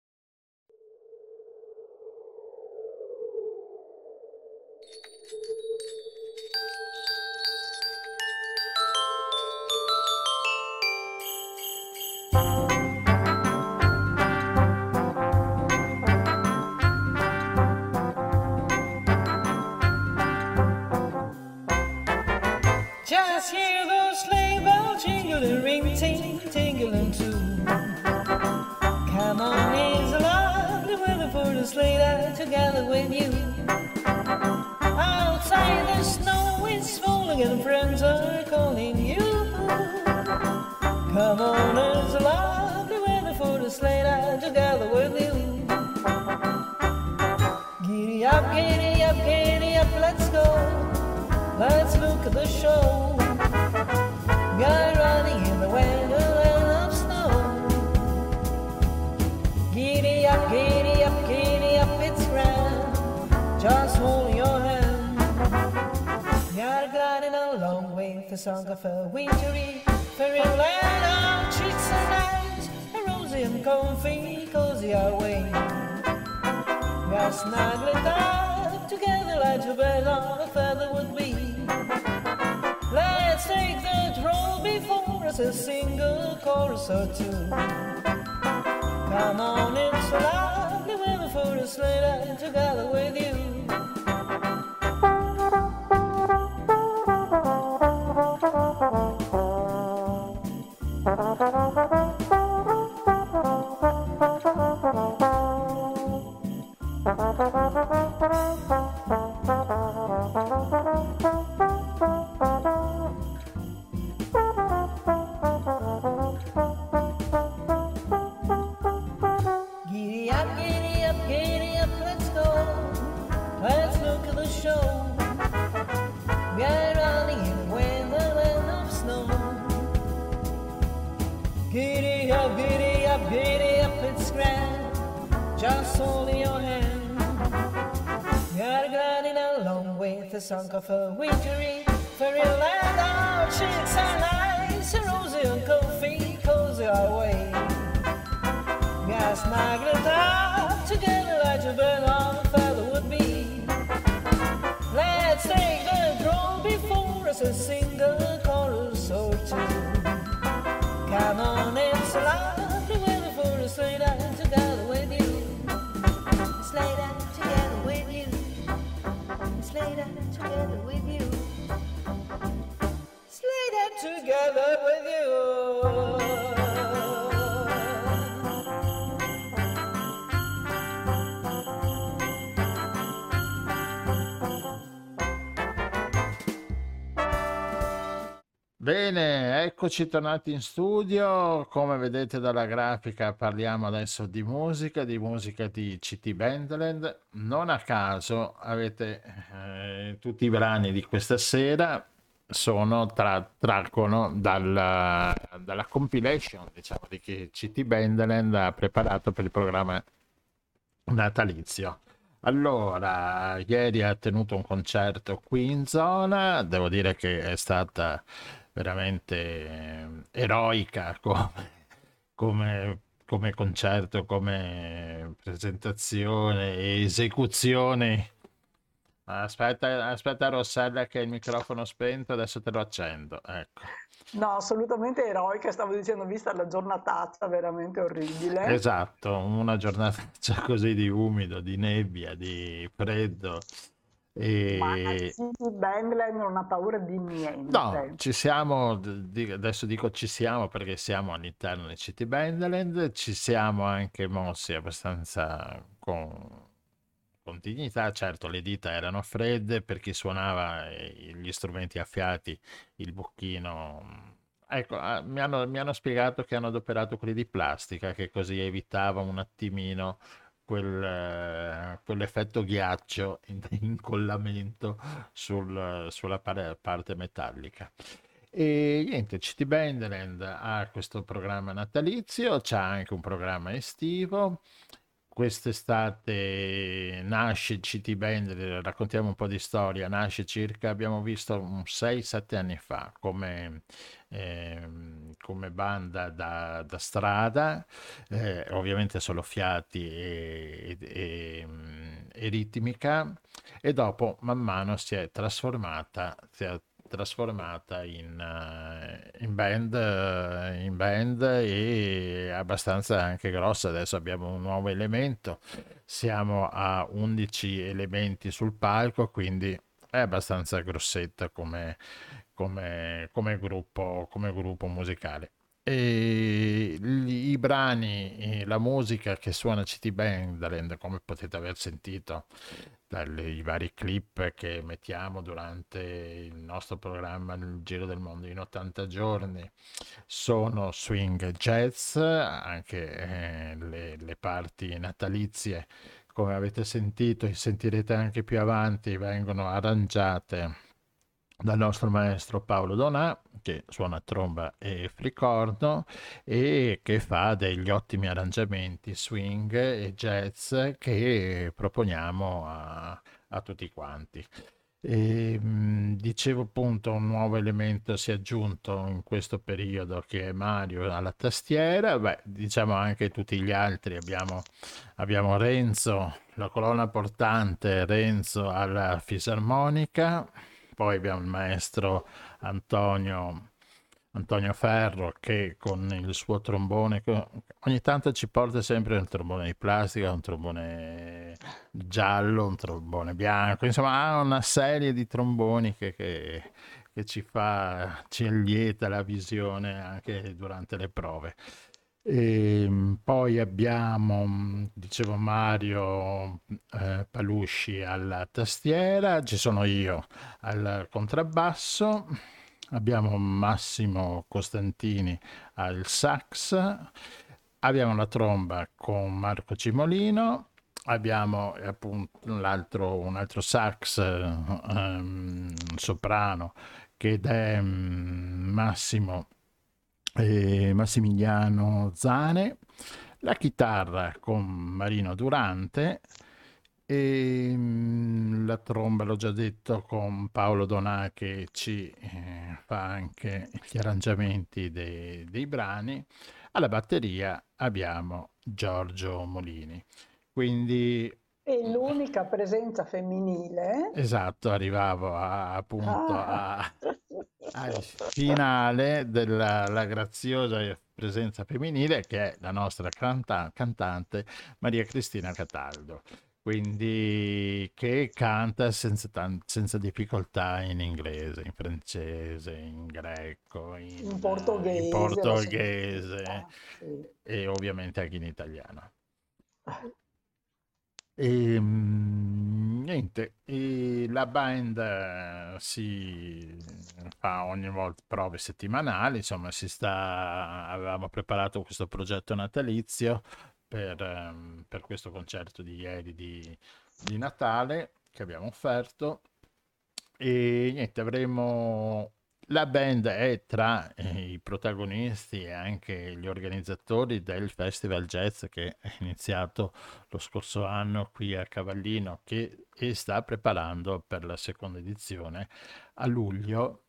Just hear those sleigh bells jingling, ring, ting, tingling too. Come on, it's a lovely weather for the sleigh that together with you. Outside the snow is falling and friends are calling you. Come on, it's lovely weather for the sleigh ride together with you. Giddy up, giddy up, giddy up, let's go. Let's look at the show. Guy running in the wonderland of snow. Giddy up, giddy up, giddy up, it's grand. Just hold your hand. You're gliding along with the song of a wintry fairyland. Our cheeks are nice, and rosy and comfy, cozy our way. We are snuggled up together like two birds on a feather would be. Let's take the roll before us, a single chorus or two. Come on, it's lovely weather for a sleigh ride together with you. Giddy up, giddy up, giddy up, let's go. Let's look at the show. We are running in the wonderland of snow. Giddy up, giddy up, giddy up, it's grand. Just hold your hand. We are gliding along with the song of a wintry fairyland. Our cheeks are nice and rosy and comfy, cozy our way. We are snuggled up together like a bird on a feather would be. Let's take the roll before us, a single chorus or two. Come on, it's lovely weather for a sleigh ride together with you. Sleigh ride together with you. Sleigh ride together with you. Sleigh ride together with you. Bene, eccoci tornati in studio. Come vedete dalla grafica parliamo adesso di musica di CT Bandland. Non a caso avete tutti i brani di questa sera traggono dalla compilation, diciamo, di che CT Bandland ha preparato per il programma natalizio. Allora, ieri ha tenuto un concerto qui in zona, devo dire che è stata veramente eroica come concerto, come presentazione e esecuzione. Aspetta Rossella che hai il microfono spento, adesso te lo accendo, ecco. No, assolutamente eroica, stavo dicendo, vista la giornataccia veramente orribile. Esatto, una giornata così di umido, di nebbia, di freddo. Ma CT Bandland non ha paura di niente. No, ci siamo, adesso dico ci siamo perché siamo all'interno di CT Bandland, ci siamo anche mossi abbastanza con dignità. Certo, le dita erano fredde per chi suonava gli strumenti a fiati, il bocchino. Ecco, mi hanno spiegato che hanno adoperato quelli di plastica, che così evitava un attimino quell'effetto ghiaccio, incollamento sulla parte metallica. E niente, CT Bandland ha questo programma natalizio, c'ha anche un programma estivo. Quest'estate nasce CT Bandland, raccontiamo un po' di storia, nasce circa, abbiamo visto, 6-7 anni fa come banda da strada, ovviamente solo fiati e ritmica, e dopo man mano si è trasformata in band e abbastanza anche grossa. Adesso abbiamo un nuovo elemento, siamo a 11 elementi sul palco, quindi è abbastanza grossetta come gruppo musicale. E i brani, la musica che suona CT Band, come potete aver sentito dai vari clip che mettiamo durante il nostro programma Il Giro del Mondo in 80 giorni, sono swing jazz, anche le parti natalizie, come avete sentito e sentirete anche più avanti, vengono arrangiate dal nostro maestro Paolo Donà, che suona tromba e flicorno e che fa degli ottimi arrangiamenti swing e jazz che proponiamo a tutti quanti. E, dicevo appunto un nuovo elemento si è aggiunto in questo periodo, che è Mario alla tastiera. Beh, diciamo anche tutti gli altri, abbiamo Renzo, la colonna portante, Renzo alla fisarmonica, poi abbiamo il maestro Antonio, Antonio Ferro, che con il suo trombone ogni tanto ci porta sempre un trombone di plastica, un trombone giallo, un trombone bianco, insomma ha una serie di tromboni che ci allieta la visione anche durante le prove. E poi abbiamo, dicevo, Mario Palusci alla tastiera, ci sono io al contrabbasso, abbiamo Massimo Costantini al sax, abbiamo la tromba con Marco Cimolino, abbiamo appunto un altro sax soprano, che è Massimiliano Zane, la chitarra con Marino Durante e la tromba, l'ho già detto, con Paolo Donà, che ci fa anche gli arrangiamenti dei brani. Alla batteria abbiamo Giorgio Molini. Quindi E l'unica presenza femminile? esatto, arrivavo appunto Ah. al finale della la graziosa presenza femminile, che è la nostra cantante Maria Cristina Cataldo, quindi che canta senza difficoltà in inglese, in francese, in greco, In in portoghese, l'ho portoghese sentita. Sì. e ovviamente anche in italiano. E niente, e la band si fa ogni volta prove settimanali, insomma, avevamo preparato questo progetto natalizio per questo concerto di ieri di Natale che abbiamo offerto. E niente, avremo la band è tra i protagonisti e anche gli organizzatori del Festival Jazz che è iniziato lo scorso anno qui a Cavallino, e sta preparando per la seconda edizione a luglio.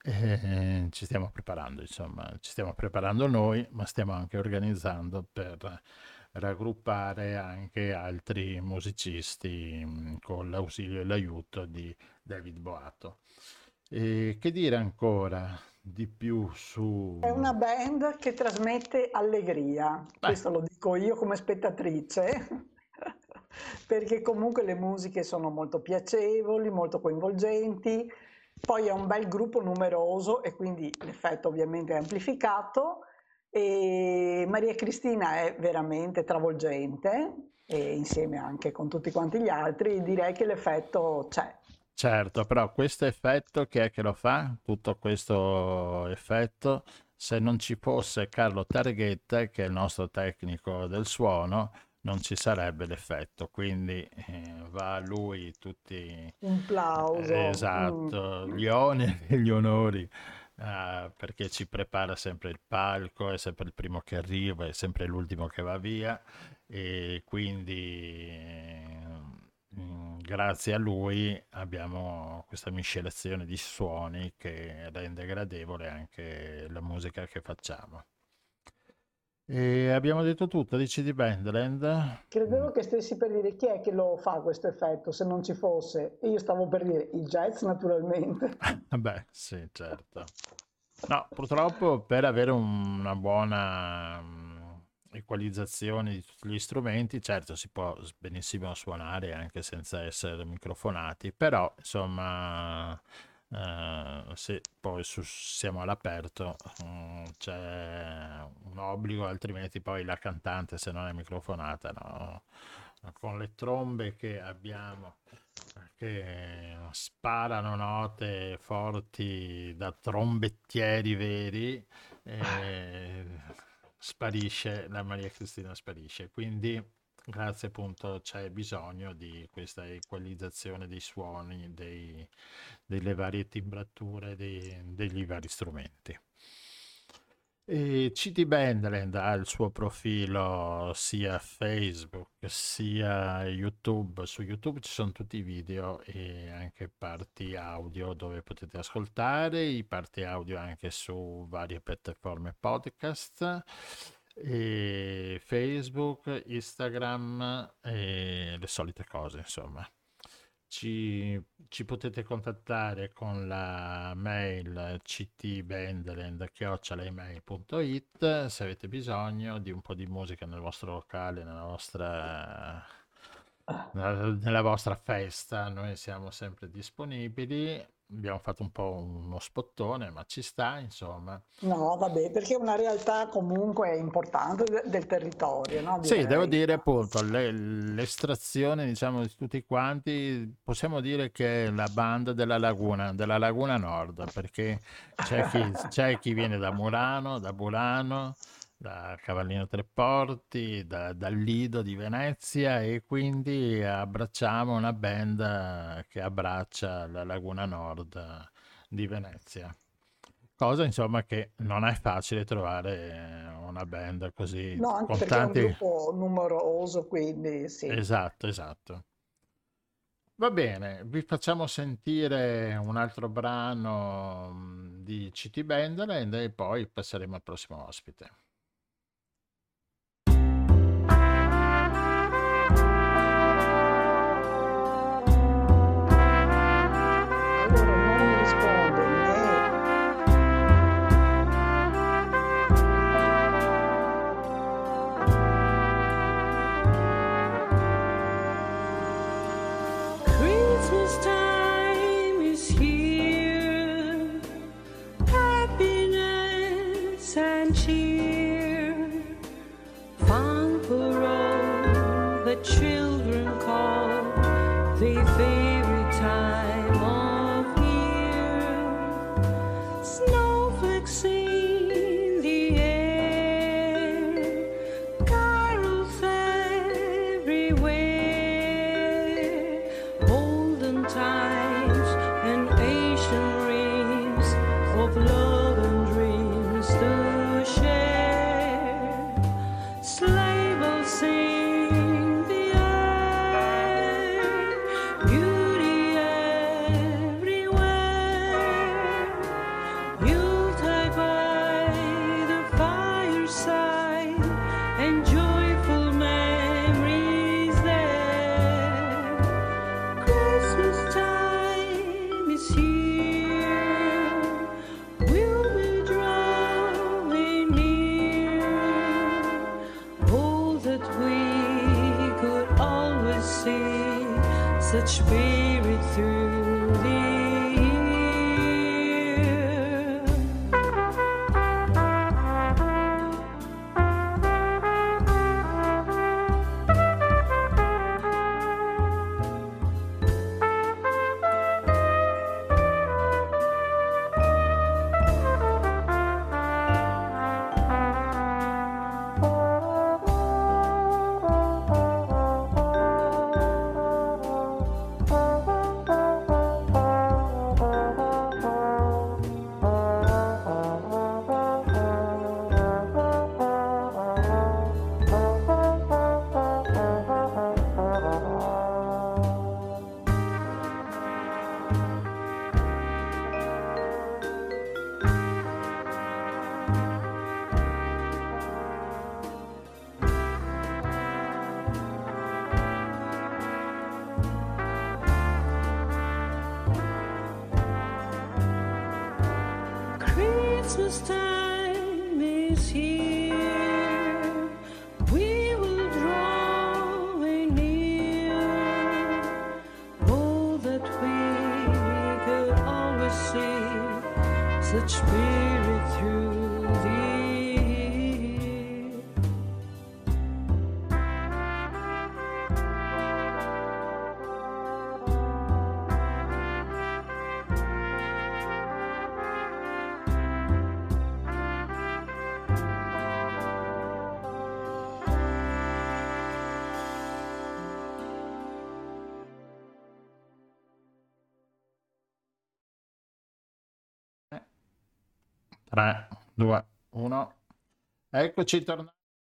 Ci stiamo preparando, insomma, ci stiamo preparando noi, ma stiamo anche organizzando per raggruppare anche altri musicisti con l'ausilio e l'aiuto di David Boato. E che dire ancora di più È su... una band che trasmette allegria, Beh, questo lo dico io come spettatrice, perché comunque le musiche sono molto piacevoli, molto coinvolgenti, poi è un bel gruppo numeroso e quindi l'effetto ovviamente è amplificato e Maria Cristina è veramente travolgente e insieme anche con tutti quanti gli altri direi che l'effetto c'è. certo, però questo effetto chi è che lo fa? Tutto questo effetto, se non ci fosse Carlo Targhetta, che è il nostro tecnico del suono, non ci sarebbe l'effetto. Quindi va a lui tutti, Un plauso. esatto, gli oneri e gli onori, perché ci prepara sempre il palco, è sempre il primo che arriva, è sempre l'ultimo che va via, e quindi grazie a lui abbiamo questa miscelazione di suoni che rende gradevole anche la musica che facciamo. E abbiamo detto tutto di CD Bandland. Credevo che stessi per dire chi è che lo fa questo effetto se non ci fosse. E io stavo per dire il jazz naturalmente. Beh, sì, certo. No, purtroppo per avere una buona equalizzazione di tutti gli strumenti, certo si può benissimo suonare anche senza essere microfonati, però insomma, se poi siamo all'aperto, c'è un obbligo, altrimenti poi la cantante, se non è microfonata, no? Con le trombe che abbiamo, che sparano note forti da trombettieri veri, eh, sparisce, la Maria Cristina sparisce. Quindi, grazie appunto, c'è bisogno di questa equalizzazione dei suoni, delle varie timbrature degli vari strumenti. E CD Bandland ha il suo profilo sia Facebook sia YouTube. Su YouTube ci sono tutti i video e anche parti audio dove potete ascoltare, i parti audio anche su varie piattaforme podcast, e Facebook, Instagram e le solite cose, insomma. Ci potete contattare con la mail ctbandland@email.it se avete bisogno di un po' di musica nel vostro locale, nella vostra festa. Noi siamo sempre disponibili. Abbiamo fatto un po' uno spottone, ma ci sta, insomma. No, vabbè, perché è una realtà comunque importante del territorio, no? Sì, devo Direi. dire appunto l'estrazione, diciamo, di tutti quanti, possiamo dire che è la banda della Laguna Nord, perché c'è chi viene da Murano, da Burano, da Cavallino Treporti, dal Lido di Venezia, e quindi abbracciamo una band che abbraccia la Laguna Nord di Venezia. Cosa insomma che non è facile trovare una band così No, anche con perché è un tanti. gruppo numeroso, quindi sì. Esatto, esatto. Va bene, vi facciamo sentire un altro brano di CT Bandland e poi passeremo al prossimo ospite. Allora non mi risponde né Christmas time is here, happiness and cheer, fun for all the children call their favorite time of year. Snowflakes in the air, carols everywhere, olden times and ancient dreams of love and dreams to share. Sleigh bells sing the air, beauty everywhere. Yuletide by the fireside and joyful memories there. Christmas time is here, we'll be drawing near. Oh, that we could always see such spirit through the year. Christmas time is here, we will draw near. Oh, that we could always see such spirit through the 3, 2, 1. Eccoci tornati.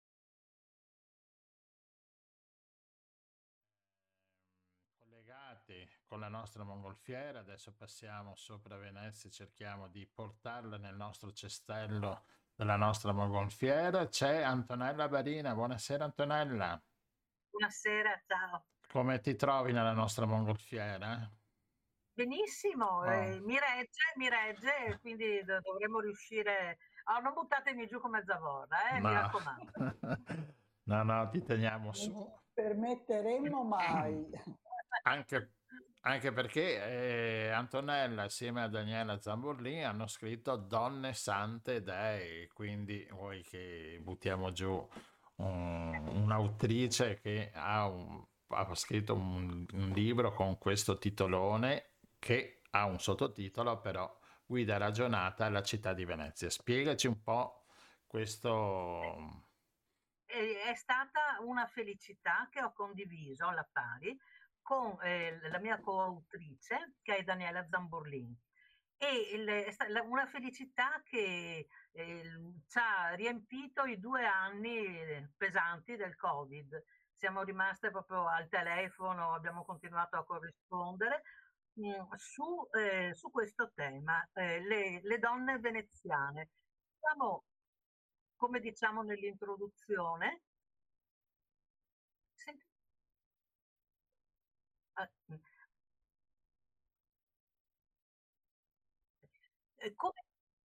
Collegati con la nostra mongolfiera, adesso passiamo sopra Venezia e cerchiamo di portarla nel nostro cestello della nostra mongolfiera. C'è Antonella Barina, buonasera Antonella, Buonasera, ciao. come ti trovi nella nostra mongolfiera? Benissimo, Oh. mi regge, quindi dovremmo riuscire. Oh, non buttatemi giù come zavorra, mi No, raccomando. no, ti teniamo Non su. ci permetteremmo mai. Anche perché Antonella assieme a Daniela Zamburlì hanno scritto Donne Sante Dei, quindi vuoi che buttiamo giù un'autrice che ha scritto un libro con questo titolone che ha un sottotitolo però Guida ragionata alla città di Venezia. Spiegaci un po' questo. È stata una felicità che ho condiviso alla pari con la mia coautrice, che è Daniela Zamburlin. Una felicità che ci ha riempito i 2 anni pesanti del Covid. Siamo rimaste proprio al telefono, abbiamo continuato a corrispondere su questo tema, le donne veneziane. Siamo, come diciamo nell'introduzione, senti- ah, come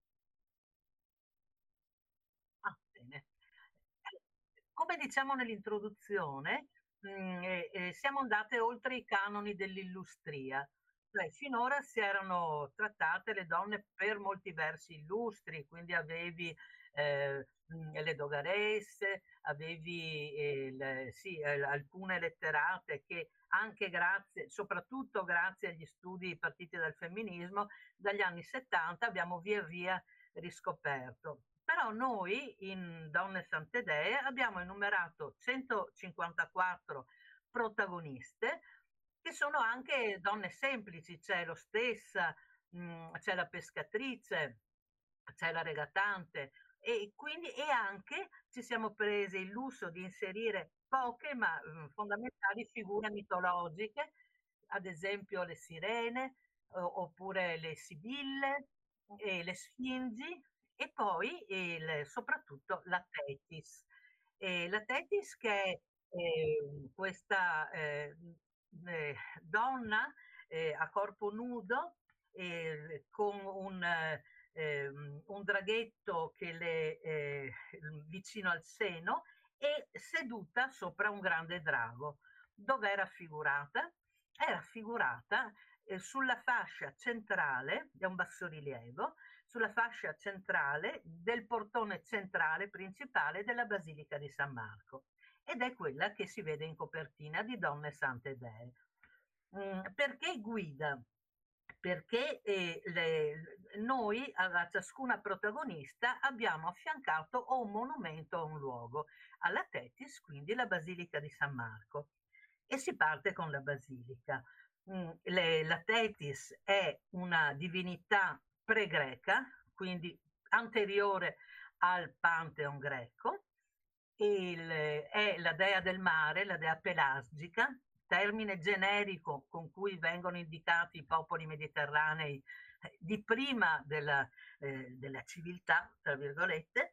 bene. Come diciamo nell'introduzione, siamo andate oltre i canoni dell'illustria. Cioè, finora si erano trattate le donne per molti versi illustri, quindi avevi le dogaresse, avevi alcune letterate che anche grazie, soprattutto grazie agli studi partiti dal femminismo, dagli anni 70 abbiamo via via riscoperto. Però noi in Donne Sant'Edee abbiamo enumerato 154 protagoniste che sono anche donne semplici, c'è l'ostessa, c'è la pescatrice, c'è la regatante e quindi anche ci siamo presi il lusso di inserire poche ma fondamentali figure mitologiche, ad esempio le sirene oppure le sibille e le sfingi e poi soprattutto la Tetis. La Tetis che è questa donna a corpo nudo con un draghetto che vicino al seno e seduta sopra un grande drago. Dove è raffigurata? È raffigurata sulla fascia centrale, è un bassorilievo, sulla fascia centrale del portone centrale principale della Basilica di San Marco ed è quella che si vede in copertina di Donne Sante Dee. Perché guida? Perché noi a ciascuna protagonista abbiamo affiancato o un monumento o un luogo. Alla Tetis, quindi la Basilica di San Marco. E si parte con la Basilica. La Tetis è una divinità pre-greca, quindi anteriore al Pantheon greco, è la dea del mare, la dea pelasgica, termine generico con cui vengono indicati i popoli mediterranei di prima della civiltà, tra virgolette,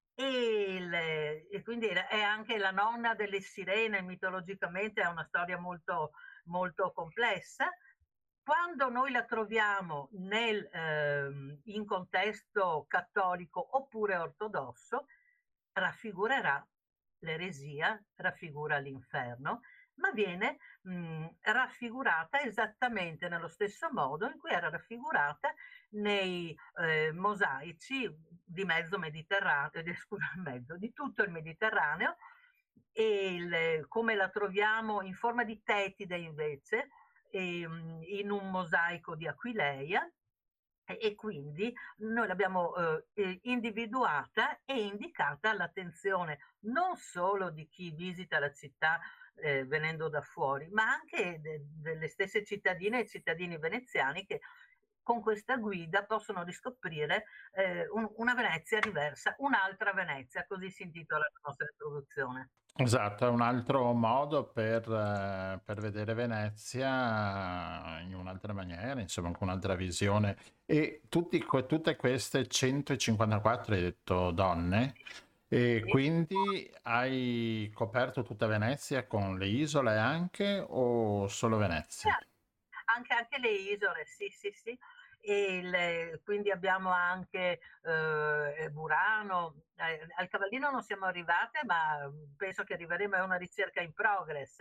e quindi è anche la nonna delle sirene, mitologicamente è una storia molto, molto complessa. Quando noi la troviamo in contesto cattolico oppure ortodosso, raffigurerà l'eresia, raffigura l'inferno, ma viene raffigurata esattamente nello stesso modo in cui era raffigurata nei mosaici di mezzo Mediterraneo, di tutto il Mediterraneo, e come la troviamo in forma di tetide invece, in un mosaico di Aquileia, e quindi noi l'abbiamo individuata e indicata all'attenzione non solo di chi visita la città venendo da fuori, ma anche delle stesse cittadine e cittadini veneziani che con questa guida possono riscoprire una Venezia diversa, un'altra Venezia, così si intitola la nostra introduzione. Esatto, è un altro modo per vedere Venezia in un'altra maniera, insomma, con un'altra visione. E tutte queste 154, hai detto, donne, e Sì. quindi hai coperto tutta Venezia con le isole anche o solo Venezia? Anche le isole, sì, sì, sì. Quindi abbiamo anche Burano. Al Cavallino non siamo arrivate, ma penso che arriveremo, è una ricerca in progress.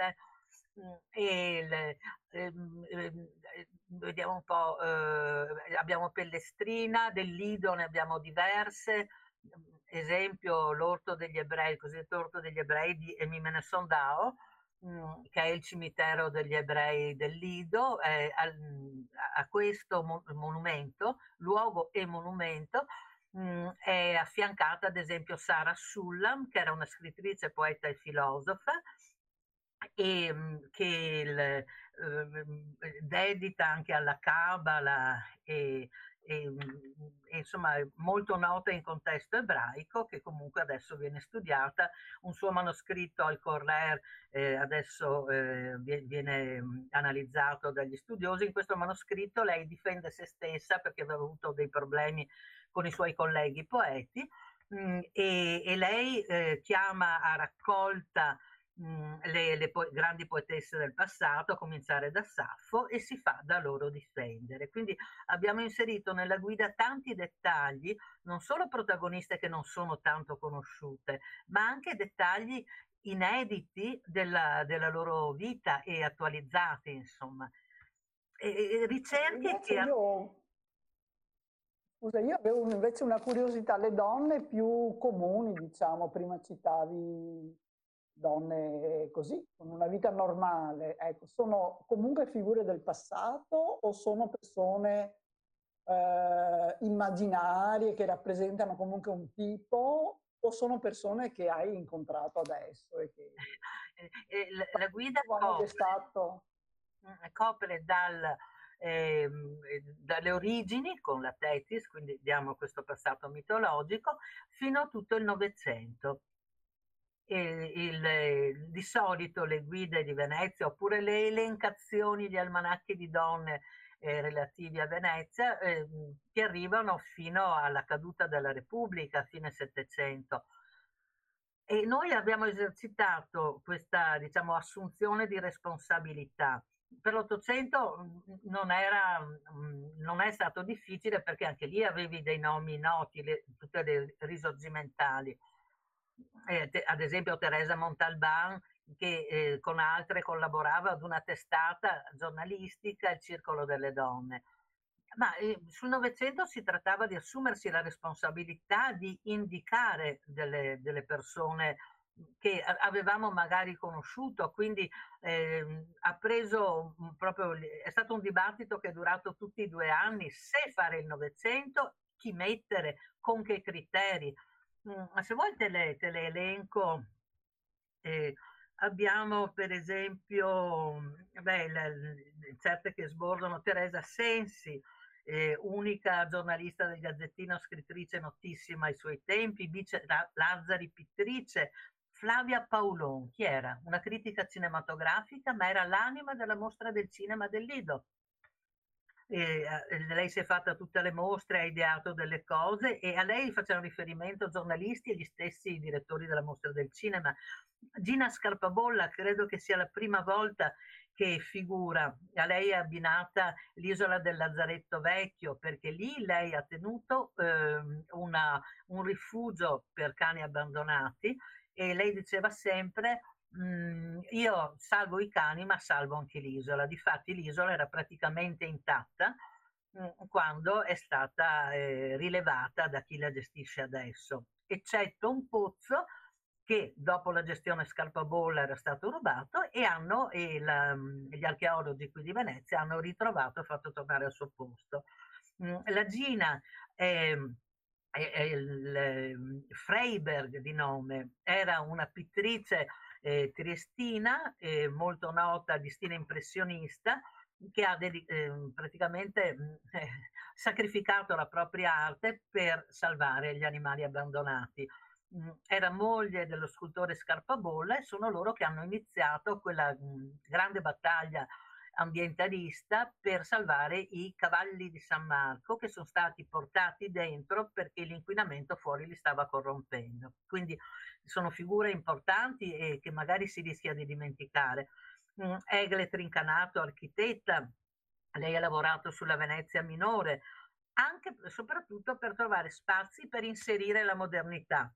Vediamo un po', abbiamo Pellestrina, del Lido ne abbiamo diverse. Esempio, l'Orto degli Ebrei, il cosiddetto Orto degli Ebrei di Emimene Sondao, che è il cimitero degli ebrei del Lido. A questo monumento, luogo e monumento, è affiancata ad esempio Sara Sullam, che era una scrittrice, poeta e filosofa, e dedita anche alla Cabala e insomma è molto nota in contesto ebraico, che comunque adesso viene studiata. Un suo manoscritto al Correr adesso viene analizzato dagli studiosi. In questo manoscritto lei difende se stessa perché aveva avuto dei problemi con i suoi colleghi poeti, e lei chiama a raccolta le grandi poetesse del passato, a cominciare da Saffo, e si fa da loro difendere. Quindi abbiamo inserito nella guida tanti dettagli, non solo protagoniste che non sono tanto conosciute, ma anche dettagli inediti della loro vita e attualizzati, insomma. Ricerche Invece che... Scusa, io avevo invece una curiosità, le donne più comuni, diciamo, prima citavi donne così, con una vita normale, ecco, sono comunque figure del passato o sono persone immaginarie che rappresentano comunque un tipo, o sono persone che hai incontrato adesso e che la guida è stato... copre dalle origini con la Tetis, quindi diamo questo passato mitologico, fino a tutto il Novecento. Di solito le guide di Venezia oppure le elencazioni, gli almanacchi di donne relativi a Venezia che arrivano fino alla caduta della Repubblica, fine Settecento. E noi abbiamo esercitato questa, diciamo, assunzione di responsabilità. Per l'Ottocento non è stato difficile, perché anche lì avevi dei nomi noti, tutte le risorgimentali. Ad esempio Teresa Montalban, che con altre collaborava ad una testata giornalistica, il Circolo delle Donne. Ma sul Novecento si trattava di assumersi la responsabilità di indicare delle persone che avevamo magari conosciuto, quindi ha preso proprio, è stato un dibattito che è durato tutti i 2 anni, se fare il Novecento, chi mettere, con che criteri. Se vuoi te le elenco. Abbiamo per esempio certe che sbordano: Teresa Sensi, unica giornalista del Gazzettino, scrittrice notissima ai suoi tempi, Bice Lazzari, pittrice. Flavia Paolon, chi era? Una critica cinematografica, ma era l'anima della mostra del cinema del Lido. Lei si è fatta tutte le mostre, ha ideato delle cose, e a lei facevano riferimento giornalisti e gli stessi direttori della mostra del cinema. Gina Scarpabolla, credo che sia la prima volta che figura, a lei è abbinata l'isola del Lazzaretto Vecchio, perché lì lei ha tenuto un rifugio per cani abbandonati, e lei diceva sempre: io salvo i cani ma salvo anche l'isola. Difatti l'isola era praticamente intatta quando è stata rilevata da chi la gestisce adesso, eccetto un pozzo che dopo la gestione Scarpabolla era stato rubato, e gli archeologi qui di Venezia hanno ritrovato e fatto tornare al suo posto. La Gina Freiberg di nome, era una pittrice triestina, molto nota, di stile impressionista, che ha praticamente sacrificato la propria arte per salvare gli animali abbandonati. Era moglie dello scultore Scarpabolla e sono loro che hanno iniziato quella grande battaglia ambientalista per salvare i cavalli di San Marco, che sono stati portati dentro perché l'inquinamento fuori li stava corrompendo. Quindi sono figure importanti e che magari si rischia di dimenticare. Egle Trincanato, architetta, lei ha lavorato sulla Venezia minore, anche e soprattutto per trovare spazi per inserire la modernità.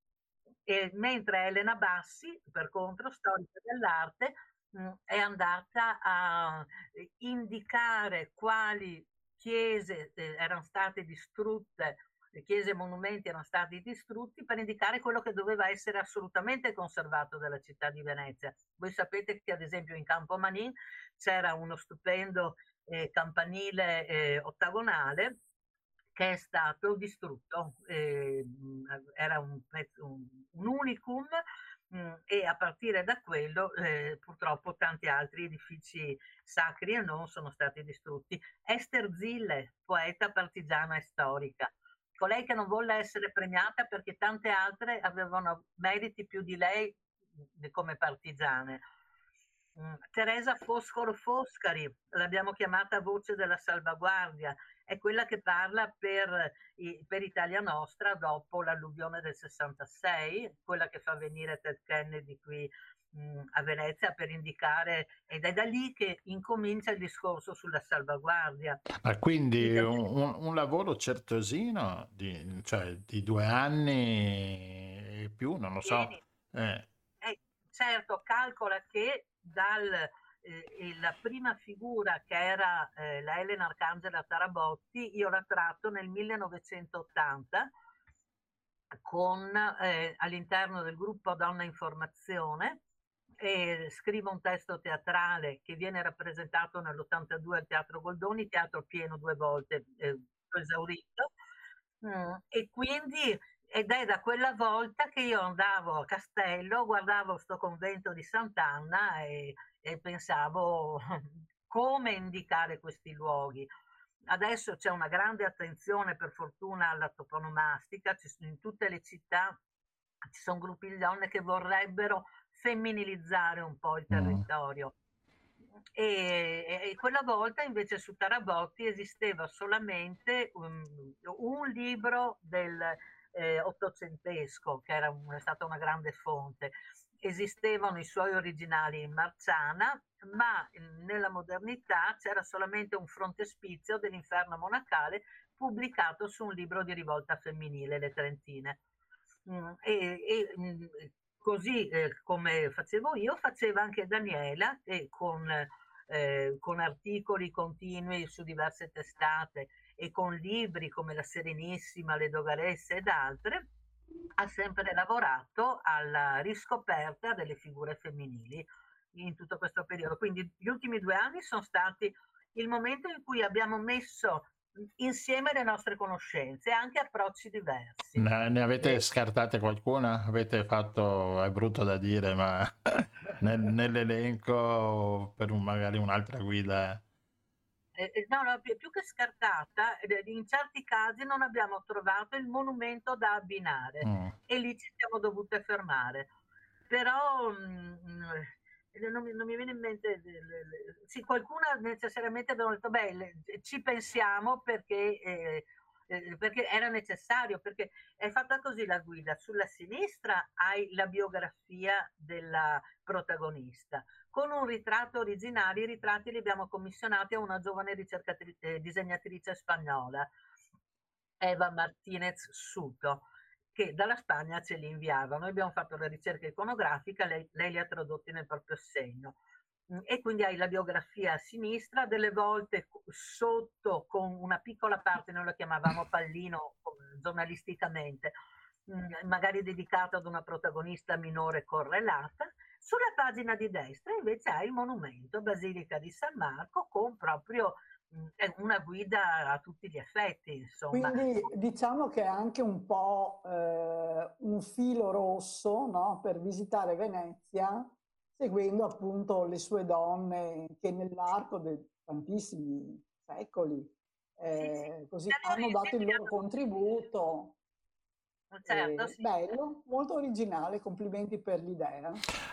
E mentre Elena Bassi, per contro, storica dell'arte, è andata a indicare quali chiese erano state distrutte, le chiese e monumenti erano stati distrutti, per indicare quello che doveva essere assolutamente conservato dalla città di Venezia. Voi sapete che ad esempio in Campo Manin c'era uno stupendo campanile ottagonale che è stato distrutto, era un unicum, e a partire da quello purtroppo tanti altri edifici sacri e non sono stati distrutti. Ester Zille, poeta partigiana e storica, colei che non volle essere premiata perché tante altre avevano meriti più di lei come partigiane. Teresa Foscolo Foscari, l'abbiamo chiamata voce della salvaguardia, è quella che parla per Italia Nostra dopo l'alluvione del 66, quella che fa venire Ted Kennedy qui a Venezia per indicare, ed è da lì che incomincia il discorso sulla salvaguardia. Ma quindi un lavoro certosino cioè di 2 anni e più, non lo so. Certo, calcola che la prima figura che era la Elena Arcangela Tarabotti, io la tratto nel 1980 all'interno del gruppo Donna Informazione, e scrivo un testo teatrale che viene rappresentato nell'82 al Teatro Goldoni, teatro pieno 2 volte, esaurito, e quindi ed è da quella volta che io andavo a Castello, guardavo sto convento di Sant'Anna e pensavo come indicare questi luoghi. Adesso c'è una grande attenzione, per fortuna, alla toponomastica, in tutte le città ci sono gruppi di donne che vorrebbero femminilizzare un po' il territorio. E quella volta invece su Tarabotti esisteva solamente un libro del ottocentesco, che è stata una grande fonte. Esistevano i suoi originali in marciana, ma nella modernità c'era solamente un frontespizio dell'Inferno monacale pubblicato su un libro di rivolta femminile, Le Trentine. Così come facevo io, faceva anche Daniela, e con articoli continui su diverse testate e con libri come La Serenissima, Le Dogaresse ed altre, ha sempre lavorato alla riscoperta delle figure femminili in tutto questo periodo. Quindi gli ultimi 2 anni sono stati il momento in cui abbiamo messo insieme le nostre conoscenze e anche approcci diversi. Ne avete scartate qualcuna? Avete fatto, è brutto da dire, ma nell'elenco per magari un'altra guida? No, più che scartata, in certi casi non abbiamo trovato il monumento da abbinare e lì ci siamo dovute fermare. Però non mi viene in mente, sì, qualcuna necessariamente abbiamo detto, ci pensiamo perché era necessario, perché è fatta così la guida. Sulla sinistra hai la biografia della protagonista, con un ritratto originale. I ritratti li abbiamo commissionati a una giovane disegnatrice spagnola, Eva Martinez Suto, che dalla Spagna ce li inviava. Noi abbiamo fatto la ricerca iconografica, lei li ha tradotti nel proprio segno. E quindi hai la biografia a sinistra, delle volte sotto con una piccola parte, noi la chiamavamo pallino giornalisticamente, magari dedicata ad una protagonista minore correlata. Sulla pagina di destra invece hai il monumento Basilica di San Marco, con proprio una guida a tutti gli effetti, insomma. Quindi diciamo che è anche un po' un filo rosso, no? Per visitare Venezia, seguendo appunto le sue donne che nell'arco tantissimi secoli, così Delle hanno dato il loro origini, contributo. certo, sì. Bello, molto originale, complimenti per l'idea.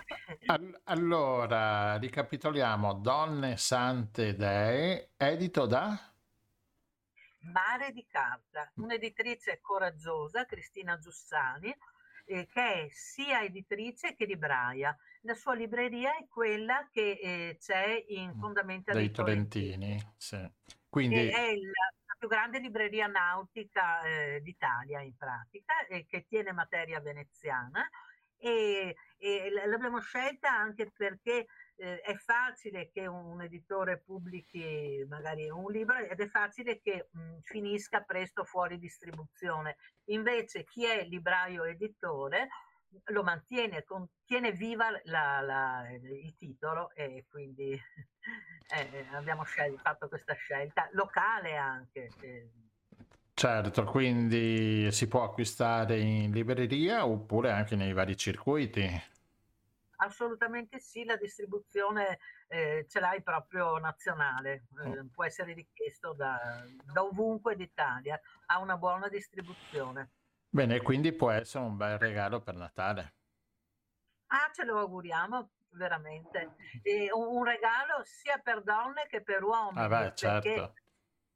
Allora, ricapitoliamo: Donne Sante Dee, edito da? Mare di carta, un'editrice coraggiosa, Cristina Giussani, che è sia editrice che libraia. La sua libreria è quella che c'è in Fondamenta Dei dei Tolentini, Tolentini, sì. che Quindi è la più grande libreria nautica d'Italia in pratica, e che tiene materia veneziana. E l'abbiamo scelta anche perché è facile che un editore pubblichi magari un libro ed è facile che finisca presto fuori distribuzione. Invece chi è libraio editore lo mantiene, tiene viva il titolo, e quindi abbiamo fatto questa scelta locale anche. certo, quindi si può acquistare in libreria oppure anche nei vari circuiti. Assolutamente sì, la distribuzione ce l'hai proprio nazionale, può essere richiesto da ovunque d'Italia, ha una buona distribuzione. Bene, quindi può essere un bel regalo per Natale. Ah, ce lo auguriamo veramente. E un regalo sia per donne che per uomini, Beh, perché certo.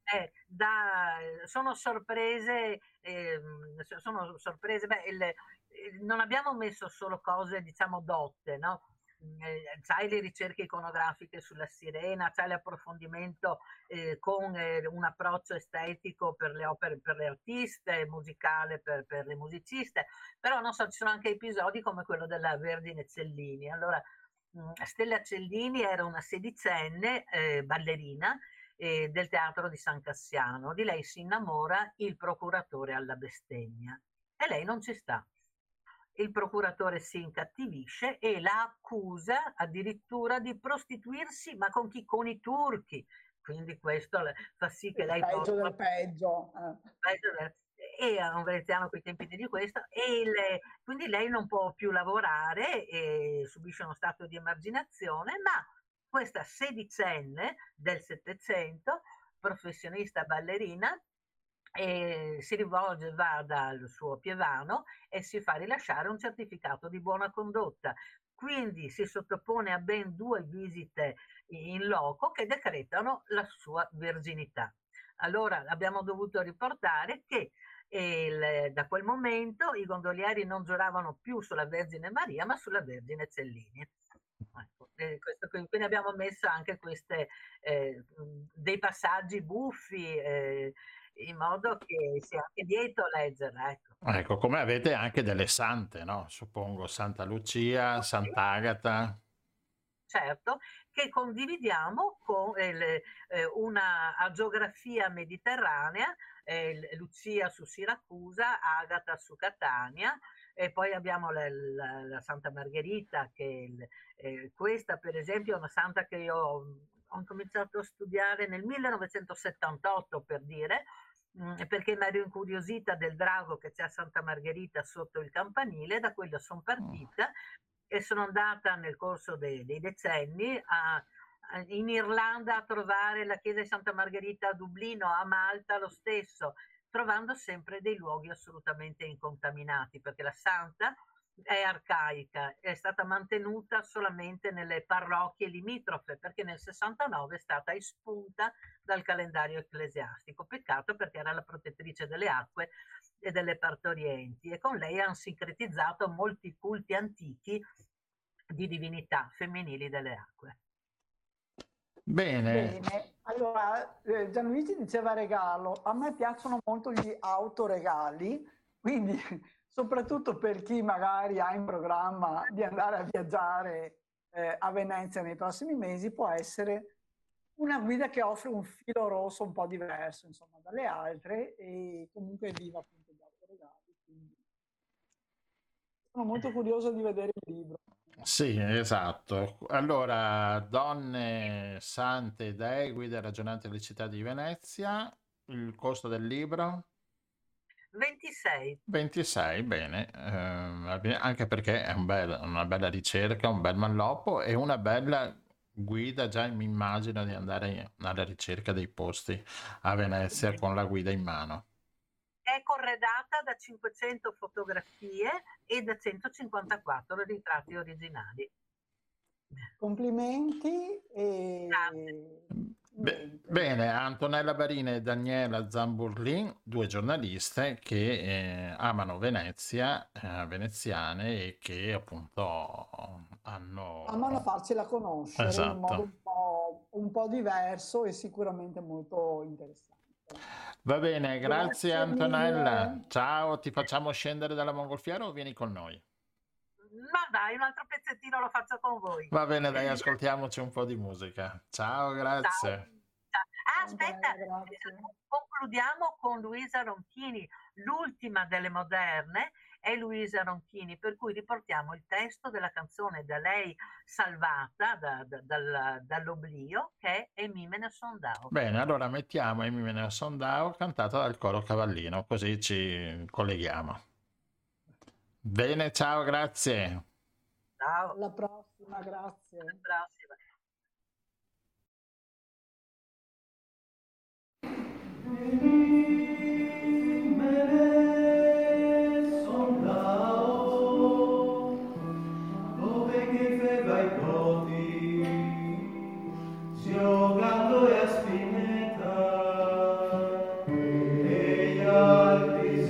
sono sorprese, non abbiamo messo solo cose, diciamo, dotte, no? C'hai le ricerche iconografiche sulla sirena, c'hai l'approfondimento con un approccio estetico per le opere, per le artiste, musicale per le musiciste, però non so, ci sono anche episodi come quello della Vergine Cellini. Allora, Stella Cellini era una sedicenne ballerina del teatro di San Cassiano. Di lei si innamora il procuratore alla bestemmia e lei non ci sta. Il procuratore si incattivisce e la accusa addirittura di prostituirsi, ma con chi? Con i turchi. Quindi questo fa sì che lei peggio del peggio. E a un veneziano coi tempi di questo, quindi lei non può più lavorare e subisce uno stato di emarginazione, ma questa sedicenne del Settecento, professionista ballerina, si rivolge, va dal suo pievano e si fa rilasciare un certificato di buona condotta. Quindi si sottopone a ben 2 visite in loco che decretano la sua verginità. Allora abbiamo dovuto riportare che da quel momento i gondolieri non giuravano più sulla Vergine Maria, ma sulla Vergine Cellini. Ecco, quindi abbiamo messo anche dei passaggi buffi in modo che sia anche lieto leggerla. Ecco, come avete anche delle sante, no? Suppongo Santa Lucia, Sant'Agata. Certo, che condividiamo con una agiografia mediterranea, Lucia su Siracusa, Agata su Catania, e poi abbiamo la Santa Margherita, questa per esempio è una santa che io ho cominciato a studiare nel 1978, per dire, perché mi ero incuriosita del drago che c'è a Santa Margherita sotto il campanile. Da quello sono partita e sono andata nel corso dei decenni in Irlanda a trovare la chiesa di Santa Margherita a Dublino, a Malta lo stesso, trovando sempre dei luoghi assolutamente incontaminati, perché la santa è arcaica, è stata mantenuta solamente nelle parrocchie limitrofe, perché nel 69 è stata espunta dal calendario ecclesiastico. Peccato, perché era la protettrice delle acque e delle partorienti, e con lei hanno sincretizzato molti culti antichi di divinità femminili delle acque. Bene. Allora, Gianluigi diceva regalo, a me piacciono molto gli autoregali, quindi soprattutto per chi magari ha in programma di andare a viaggiare a Venezia nei prossimi mesi, può essere una guida che offre un filo rosso un po' diverso, insomma, dalle altre, e comunque viva appunto gli autoregali. Quindi sono molto curiosa di vedere il libro. Sì, esatto. Allora, Donne Sante Dei, guida ragionante delle città di Venezia, il costo del libro? 26. 26, bene, anche perché è una bella ricerca, un bel malloppo e una bella guida, già mi immagino di andare alla ricerca dei posti a Venezia con la guida in mano. È corredata da 500 fotografie e da 154 ritratti originali. Complimenti Grazie. Bene, Antonella Barina e Daniela Zamburlin, due giornaliste che amano Venezia, veneziane, e che appunto amano farcela conoscere in modo un po' diverso e sicuramente molto interessante. Va bene, grazie Grazie Antonella. mille. Ciao, ti facciamo scendere dalla mongolfiera o vieni con noi? Ma dai, un altro pezzettino lo faccio con voi. Va bene, dai, ascoltiamoci un po' di musica. Ciao, grazie. Ah, aspetta, concludiamo con Luisa Ronchini, l'ultima delle moderne è Luisa Ronchini, per cui riportiamo il testo della canzone da lei salvata dall'oblio, che è Mi me ne son dao. Bene, allora mettiamo Mi me ne son dao cantata dal coro Cavallino, così ci colleghiamo. Bene, ciao, grazie. Ciao. Alla prossima, grazie. Alla prossima. Giocando e a spinetta e gli altri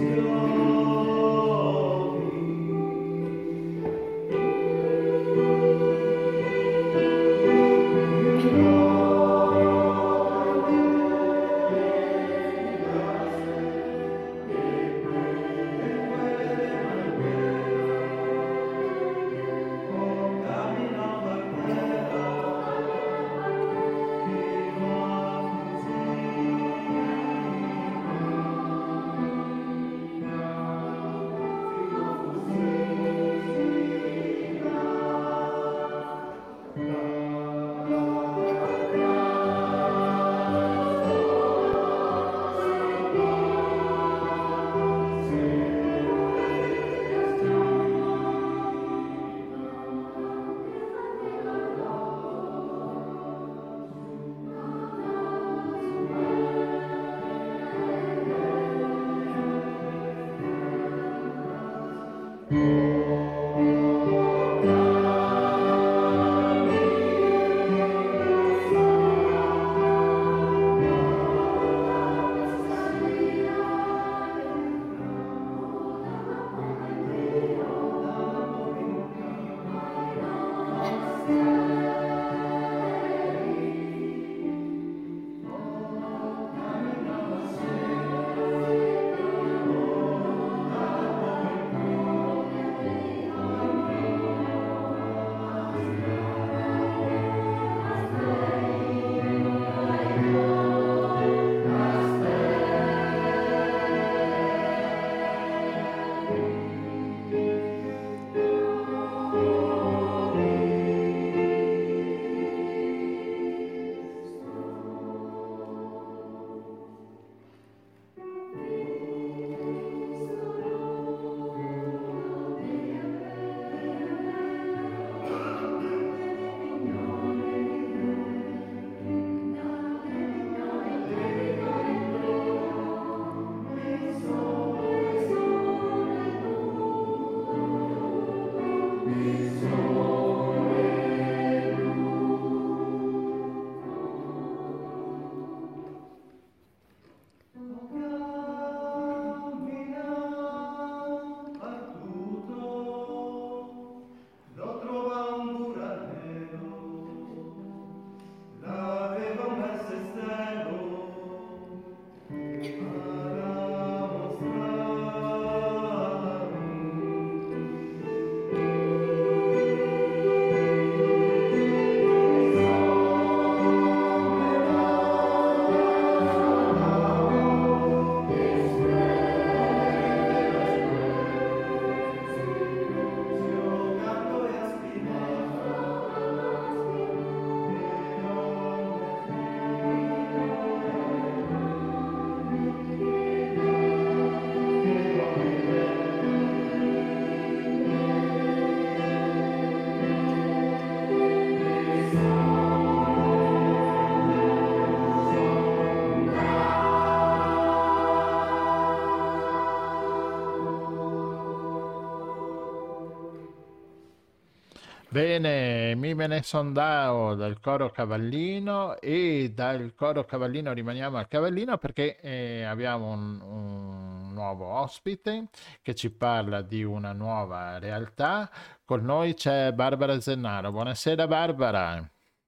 Bene, mi me ne sondao dal coro Cavallino e dal coro Cavallino rimaniamo al Cavallino perché abbiamo un nuovo ospite che ci parla di una nuova realtà. Con noi c'è Barbara Zennaro. Buonasera Barbara.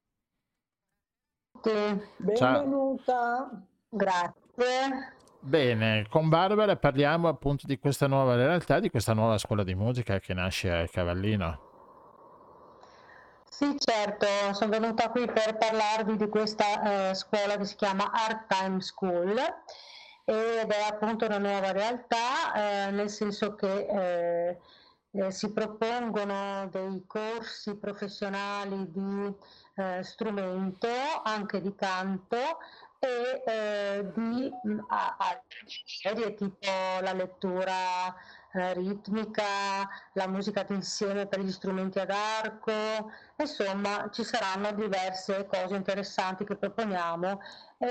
Sì, Ciao. Benvenuta. grazie. Bene, con Barbara parliamo appunto di questa nuova realtà, di questa nuova scuola di musica che nasce al Cavallino. Sì, certo, sono venuta qui per parlarvi di questa scuola che si chiama Art Time School ed è appunto una nuova realtà, nel senso che si propongono dei corsi professionali di strumento, anche di canto e di altre materie tipo la lettura ritmica, la musica d'insieme per gli strumenti ad arco. Insomma, ci saranno diverse cose interessanti che proponiamo.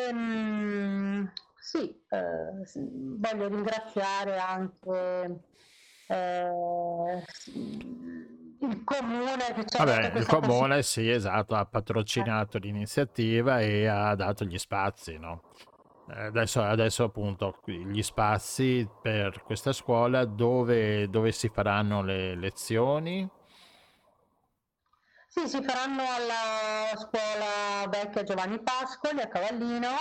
Sì, voglio ringraziare anche il comune che ci ha dato Vabbè, il questa possibilità. comune, sì, esatto, ha patrocinato l'iniziativa e ha dato gli spazi, no? Adesso appunto gli spazi per questa scuola dove si faranno le lezioni. Sì, si faranno alla scuola vecchia Giovanni Pascoli a Cavallino.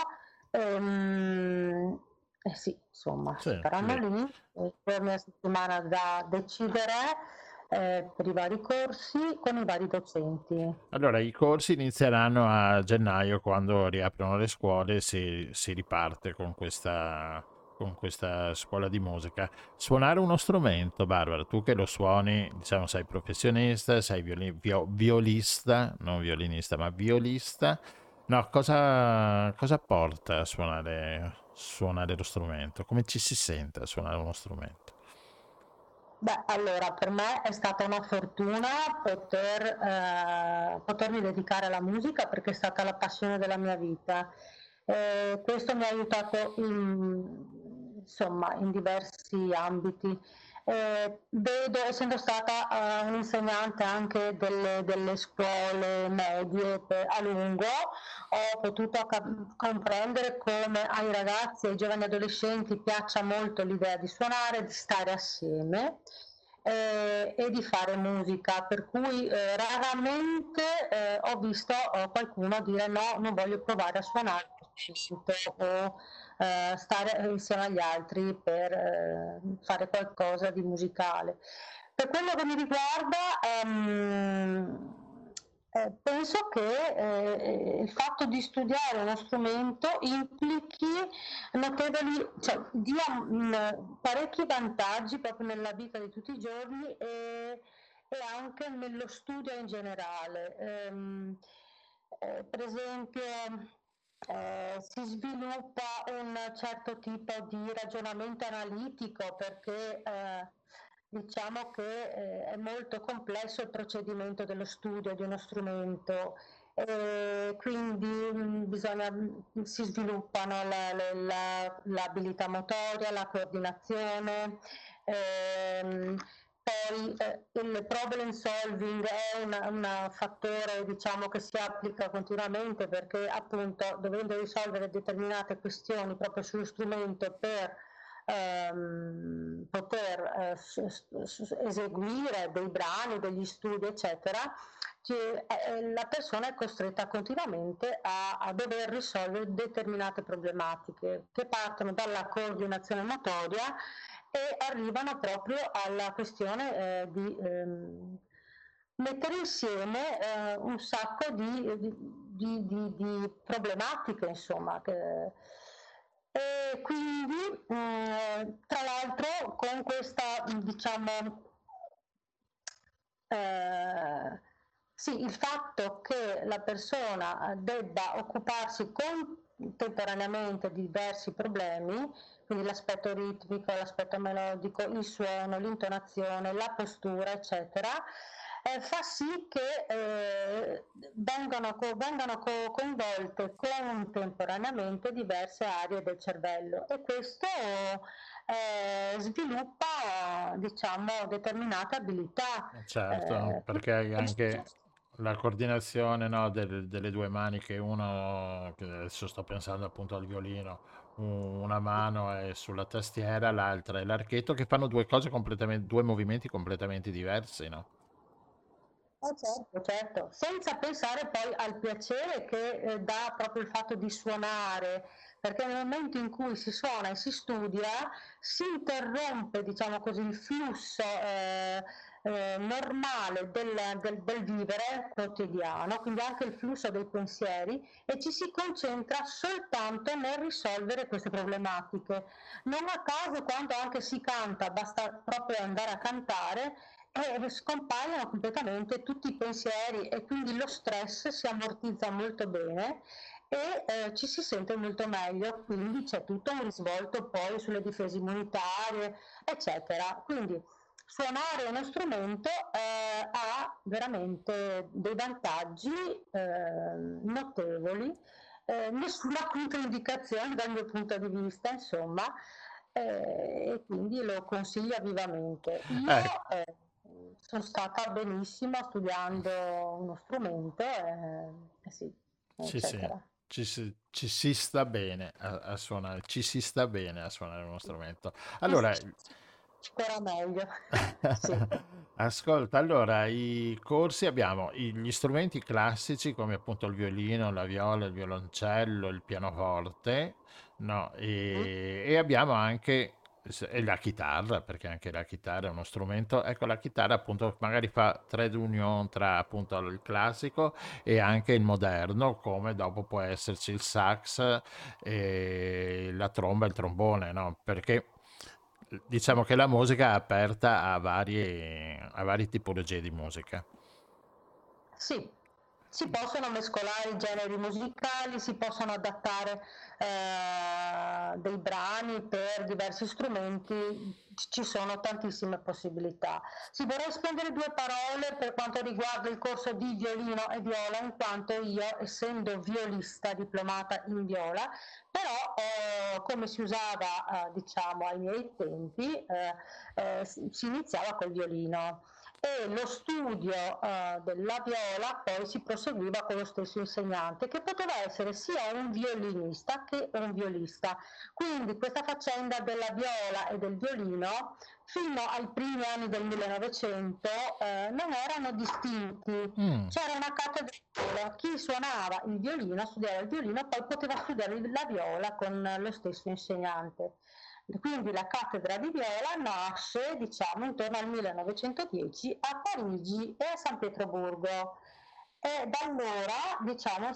Sì, insomma, Sì, si faranno lì. lì, giorni a settimana da decidere per i vari corsi con i vari docenti. Allora, i corsi inizieranno a gennaio quando riaprono le scuole e si riparte con questa scuola di musica. Suonare uno strumento, Barbara, tu che lo suoni, diciamo, sei professionista, sei violista, non violinista, ma violista. No, cosa porta a suonare lo strumento? Come ci si sente a suonare uno strumento? Beh, allora per me è stata una fortuna potermi dedicare alla musica perché è stata la passione della mia vita. Questo mi ha aiutato insomma, in diversi ambiti. Vedo, essendo stata un'insegnante anche delle scuole medie a lungo, ho potuto comprendere come ai ragazzi e ai giovani adolescenti piaccia molto l'idea di suonare, di stare assieme e di fare musica, per cui raramente ho visto qualcuno dire no, non voglio provare a suonare o stare insieme agli altri per fare qualcosa di musicale. Per quello che mi riguarda, penso che il fatto di studiare uno strumento implichi notevoli, cioè dia parecchi vantaggi proprio nella vita di tutti i giorni e anche nello studio in generale. Per esempio, si sviluppa un certo tipo di ragionamento analitico perché diciamo che è molto complesso il procedimento dello studio di uno strumento. Quindi si sviluppano l'abilità motoria, la coordinazione, poi il problem solving è un fattore diciamo, che si applica continuamente perché appunto dovendo risolvere determinate questioni proprio sullo strumento per poter eseguire dei brani, degli studi eccetera, la persona è costretta continuamente a dover risolvere determinate problematiche che partono dalla coordinazione motoria e arrivano proprio alla questione di mettere insieme un sacco di problematiche, insomma. E quindi, tra l'altro, con questa, diciamo, sì, il fatto che la persona debba occuparsi contemporaneamente di diversi problemi, quindi l'aspetto ritmico, l'aspetto melodico, il suono, l'intonazione, la postura, eccetera, fa sì che vengano coinvolte contemporaneamente diverse aree del cervello e questo sviluppa, diciamo, determinate abilità. Certo, perché hai Questo- anche la coordinazione, no, delle due mani, che uno, che adesso sto pensando appunto al violino, una mano è sulla tastiera, l'altra è l'archetto, che fanno due cose completamente, due movimenti completamente diversi, no? certo, certo, senza pensare poi al piacere che dà proprio il fatto di suonare, perché nel momento in cui si suona e si studia, si interrompe, diciamo così, il flusso normale del vivere quotidiano, quindi anche il flusso dei pensieri, e ci si concentra soltanto nel risolvere queste problematiche. Non a caso, quando anche si canta, basta proprio andare a cantare e scompaiono completamente tutti i pensieri, e quindi lo stress si ammortizza molto bene e ci si sente molto meglio, quindi c'è tutto un risvolto poi sulle difese immunitarie, eccetera. Quindi suonare uno strumento ha veramente dei vantaggi notevoli, nessuna controindicazione dal mio punto di vista, insomma, e quindi lo consiglio vivamente. Eh, Io sono stata benissimo studiando uno strumento, sì, sì, sì, eccetera. ci si sta bene a suonare, ci si sta bene a suonare uno strumento. Sì, sì, Allora, ancora meglio. Sì. ascolta, allora i corsi abbiamo gli strumenti classici come appunto il violino, la viola, il violoncello, il pianoforte, no? Mm. E abbiamo anche e la chitarra, perché anche la chitarra è uno strumento. Ecco, la chitarra appunto magari fa trade union tra appunto il classico e anche il moderno, come dopo può esserci il sax, e la tromba e il trombone, no? Perché diciamo che la musica è aperta a varie tipologie di musica. Sì, si possono mescolare i generi musicali, si possono adattare dei brani per diversi strumenti, ci sono tantissime possibilità. Si vorrei spendere due parole per quanto riguarda il corso di violino e viola, in quanto io, essendo violista diplomata in viola, però come si usava diciamo ai miei tempi, si iniziava col violino e lo studio della viola poi si proseguiva con lo stesso insegnante, che poteva essere sia un violinista che un violista. Quindi questa faccenda della viola e del violino fino ai primi anni del 1900 non erano distinti. Mm. C'era una cattedra di viola, chi suonava il violino, studiava il violino, poi poteva studiare la viola con lo stesso insegnante. Quindi la cattedra di viola nasce, diciamo, intorno al 1910 a Parigi e a San Pietroburgo. E da allora, diciamo,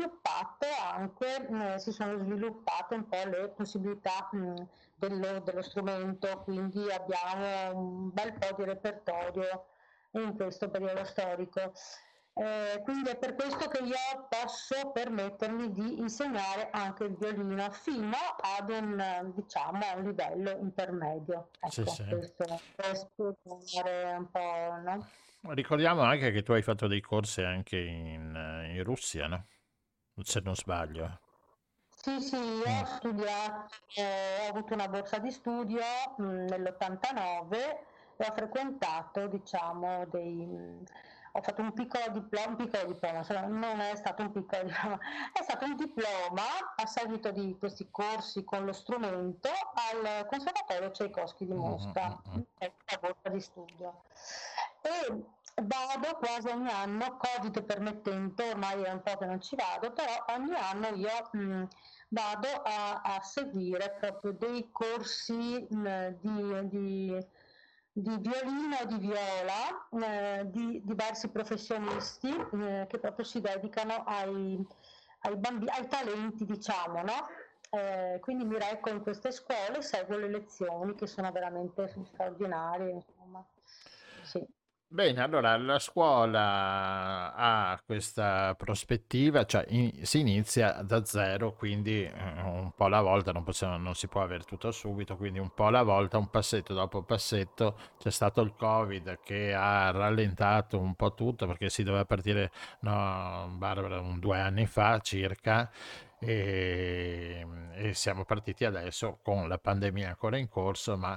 si sono sviluppate un po' le possibilità dello strumento, quindi abbiamo un bel po' di repertorio in questo periodo storico. Quindi è per questo che io posso permettermi di insegnare anche il violino fino ad diciamo, a un livello intermedio. Sì, Ecco, sì. questo per spiegare un po', no? Ricordiamo anche che tu hai fatto dei corsi anche in Russia, no? Se non sbaglio. Sì, sì, io Mm. ho studiato, ho avuto una borsa di studio nell'89 e ho frequentato, diciamo, ho fatto un piccolo diploma, insomma, non è stato un piccolo diploma, è stato un diploma a seguito di questi corsi con lo strumento al Conservatorio Tchaikovsky di Mosca, è una borsa di studio. E vado quasi ogni anno, Covid permettendo, ormai è un po' che non ci vado, però ogni anno io vado a seguire proprio dei corsi di violino e di viola di diversi professionisti che proprio si dedicano ai talenti, diciamo, no? Quindi mi reco in queste scuole, seguo le lezioni che sono veramente straordinarie, insomma. Sì. Bene, allora la scuola ha questa prospettiva, cioè si inizia da zero, quindi un po' alla volta, non si può avere tutto subito, quindi un po' alla volta, un passetto dopo passetto. C'è stato il Covid che ha rallentato un po' tutto perché si doveva partire, no, Barbara, 2 anni fa circa, e siamo partiti adesso con la pandemia ancora in corso, ma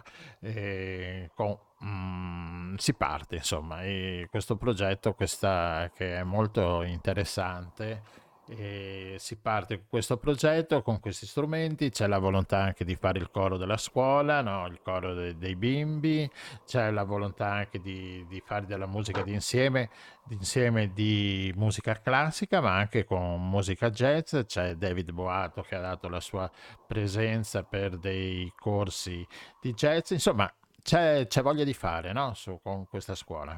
si parte insomma, e questo progetto che è molto interessante. E si parte con questo progetto, con questi strumenti, c'è la volontà anche di fare il coro della scuola, no? Il coro dei bimbi, c'è la volontà anche di fare della musica d'insieme di musica classica, ma anche con musica jazz. C'è David Boato che ha dato la sua presenza per dei corsi di jazz. Insomma, c'è voglia di fare, no? Con questa scuola.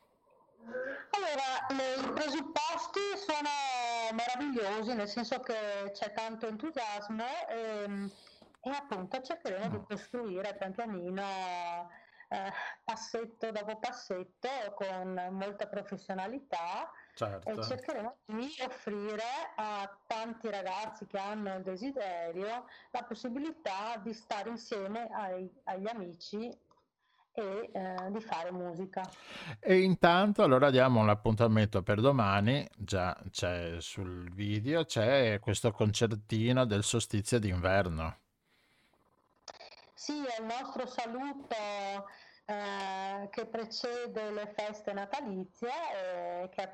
Allora, i presupposti sono meravigliosi, nel senso che c'è tanto entusiasmo e appunto cercheremo di costruire pian pianino, passetto dopo passetto, con molta professionalità, e Certo. cercheremo di offrire a tanti ragazzi che hanno il desiderio la possibilità di stare insieme agli amici e di fare musica. E intanto allora diamo un appuntamento per domani, già c'è sul video, c'è questo concertino del solstizio d'inverno. Sì, è il nostro saluto che precede le feste natalizie e che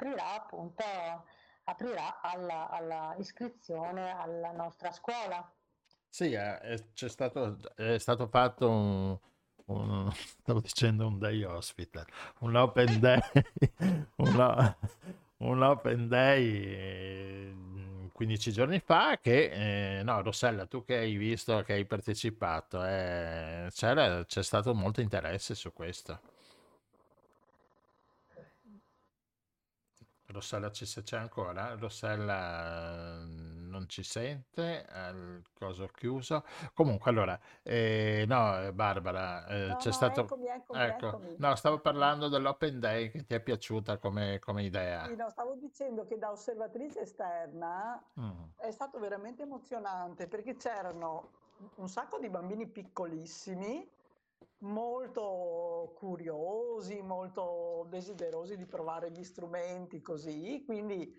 aprirà alla iscrizione alla nostra scuola. Sì, è stato fatto stavo dicendo un day hospital, un open day, un open day 15 giorni fa che, no, Rossella, tu che hai visto, che hai partecipato, c'è stato molto interesse su questo. Rossella se c'è ancora? Rossella non ci sente, il coso chiuso. Comunque allora, no, Barbara, c'è stato... Eccomi. No, stavo parlando dell'Open Day che ti è piaciuta come idea. Sì, no, stavo dicendo che da osservatrice esterna è stato veramente emozionante perché c'erano un sacco di bambini piccolissimi, molto curiosi, molto desiderosi di provare gli strumenti così, quindi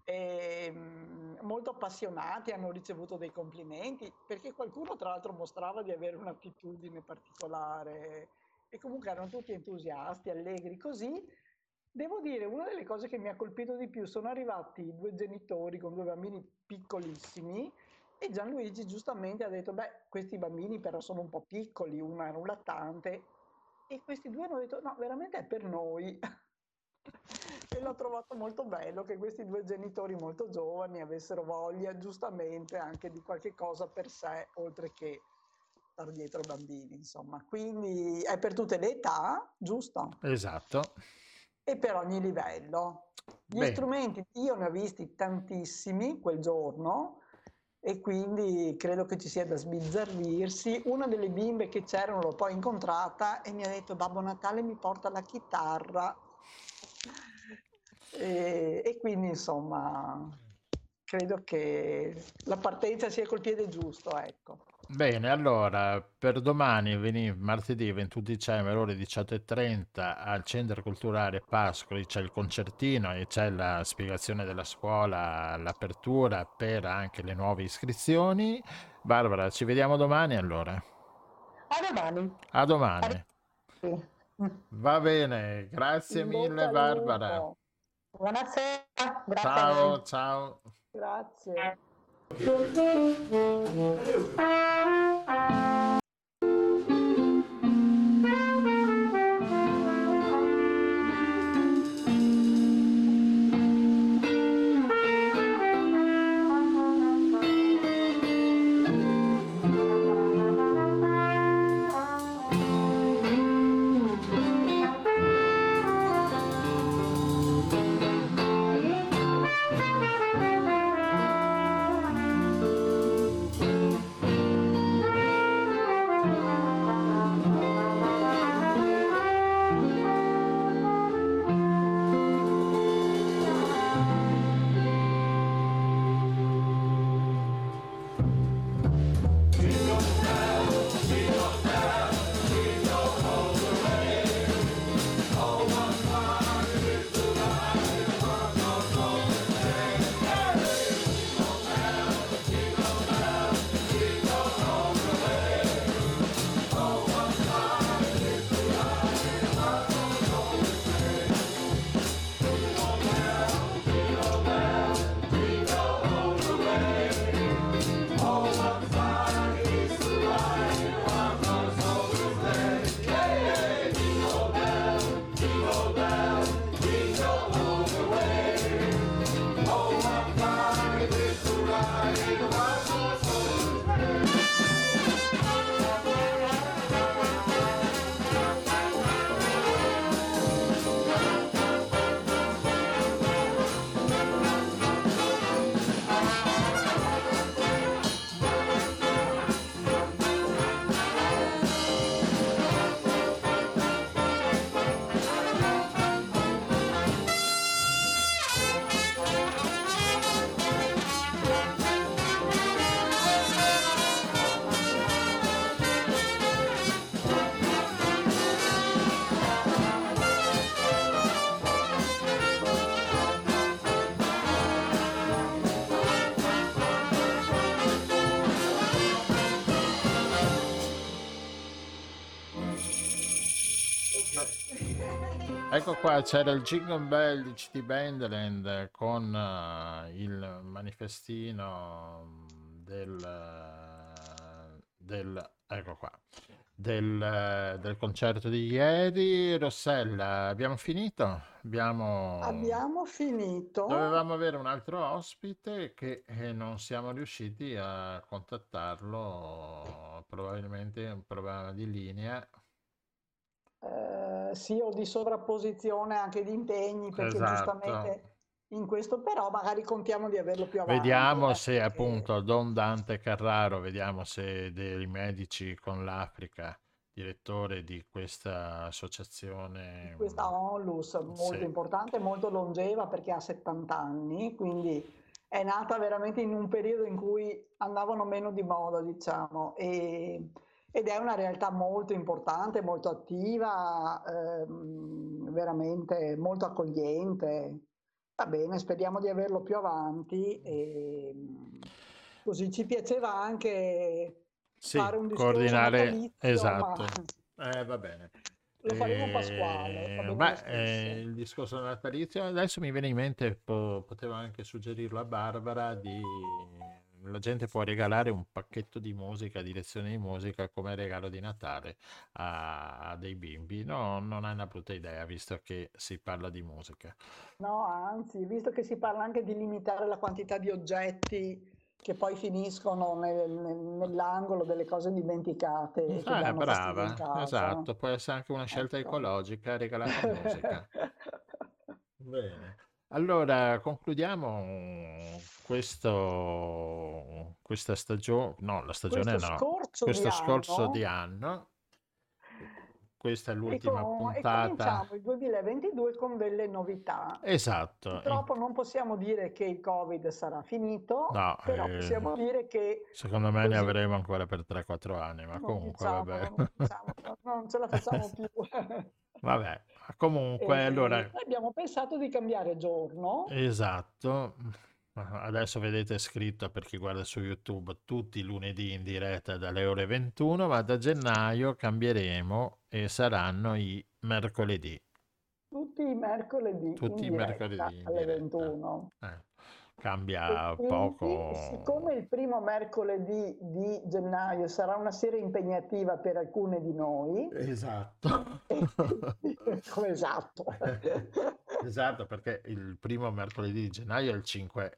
molto appassionati, hanno ricevuto dei complimenti, perché qualcuno tra l'altro mostrava di avere un'attitudine particolare e comunque erano tutti entusiasti, allegri così. Devo dire, una delle cose che mi ha colpito di più, sono arrivati due genitori con due bambini piccolissimi e Gianluigi giustamente ha detto, beh, questi bambini però sono un po' piccoli, uno era un lattante, e questi due hanno detto, no, veramente è per noi. E l'ho trovato molto bello che questi due genitori molto giovani avessero voglia giustamente anche di qualche cosa per sé, oltre che stare dietro ai bambini, insomma. Quindi è per tutte le età, giusto? Esatto. E per ogni livello. Gli Bene. strumenti, io ne ho visti tantissimi quel giorno e quindi credo che ci sia da sbizzarrirsi. Una delle bimbe che c'erano l'ho poi incontrata e mi ha detto, Babbo Natale mi porta la chitarra. E quindi insomma credo che la partenza sia col piede giusto, ecco. Bene, allora per domani, martedì 21 dicembre, ore 18:30 al Centro Culturale Pascoli c'è il concertino e c'è la spiegazione della scuola, l'apertura per anche le nuove iscrizioni. Barbara, ci vediamo domani allora. A domani. A domani. Sì. Va bene, grazie In mille bocca al Barbara. lupo. Buonasera, grazie a voi. Ciao, ciao. Grazie. ecco qua, c'era il Jingle Bell di City Banderland con il manifestino ecco qua, del concerto di ieri. Rossella, abbiamo finito? Abbiamo finito. Dovevamo avere un altro ospite che non siamo riusciti a contattarlo, probabilmente è un problema di linea. Sì, o di sovrapposizione anche di impegni, perché Esatto. giustamente in questo, però magari contiamo di averlo più avanti. Vediamo se perché- appunto Don Dante Carraro, vediamo se dei Medici con l'Africa, direttore di questa associazione, Questa onlus molto sì. importante, molto longeva perché ha 70 anni, quindi è nata veramente in un periodo in cui andavano meno di moda, diciamo, ed è una realtà molto importante, molto attiva, veramente molto accogliente. Va bene, speriamo di averlo più avanti e così ci piaceva anche Sì, fare un discorso coordinare, natalizio, esatto. ma Va bene. lo faremo pasquale, va bene lo Beh, stesso. il discorso natalizio, adesso mi viene in mente, potevo anche suggerirlo a Barbara, la gente può regalare un pacchetto di musica, di lezioni di musica come regalo di Natale a dei bimbi. No, non è una brutta idea, visto che si parla di musica. No, anzi, visto che si parla anche di limitare la quantità di oggetti che poi finiscono nell'angolo delle cose dimenticate e che danno fastidio in Brava, casa. esatto, può essere anche una scelta Ecco. ecologica, regalata musica. Bene. Allora, concludiamo questa stagione, no, la stagione Questo no, scorcio questo di scorso anno di anno. Questa è e l'ultima puntata. cominciamo il 2022 con delle novità. Esatto. Purtroppo non possiamo dire che il Covid sarà finito, No, però possiamo dire che secondo me ne così avremo ancora per 3-4 anni, ma non comunque diciamo, vabbè. non diciamo, non ce la facciamo più. Vabbè, comunque, allora, Abbiamo pensato di cambiare giorno. esatto. Adesso vedete scritto, per chi guarda su YouTube, tutti i lunedì in diretta dalle ore 21, ma da gennaio cambieremo e saranno i mercoledì. Tutti i mercoledì Tutti i in diretta mercoledì in alle diretta. 21. Cambia E quindi, poco. siccome il primo mercoledì di gennaio sarà una sera impegnativa per alcune di noi, Esatto. esatto, Esatto, perché il primo mercoledì di gennaio è il 5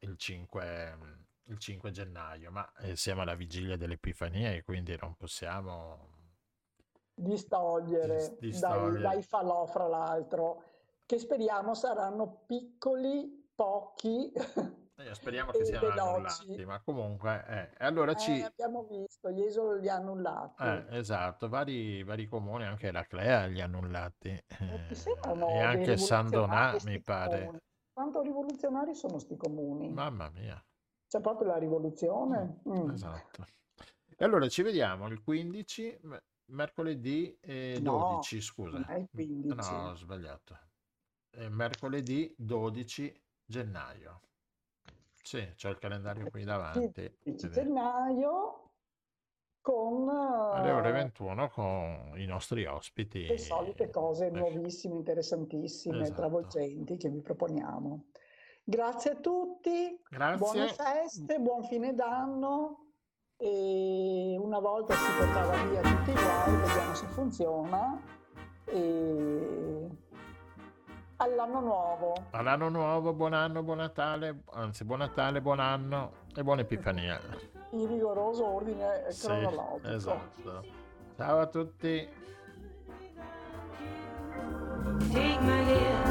gennaio, ma siamo alla vigilia dell'Epifania e quindi non possiamo distogliere distogliere. dai falò, fra l'altro, che speriamo saranno piccoli, pochi Speriamo che e siano veloci. annullati, ma comunque allora Abbiamo visto, gli esoli li ha annullati. esatto, vari comuni, anche la Clea li ha annullati, Mi sembrano e dei anche San Donà, rivoluzionari mi sti pare. comuni. Quanto rivoluzionari sono sti comuni? Mamma mia. C'è proprio la rivoluzione? Esatto. E allora ci vediamo il 15, mercoledì 12, scusa. Non è il 15. No, ho sbagliato. Mercoledì 12 gennaio. Sì, c'ho il calendario qui davanti. 12 gennaio con Alle ore 21 con i nostri ospiti. le solite cose nuovissime, interessantissime, Esatto. travolgenti che vi proponiamo. Grazie a tutti, Grazie. buone feste, buon fine d'anno e una volta si portava via tutti i guai, vediamo se funziona e all'anno nuovo. All'anno nuovo, buon anno, buon Natale, anzi buon Natale, buon anno e buona Epifania. In rigoroso ordine Sì, cronologico. esatto. Ciao a tutti. Take my hand.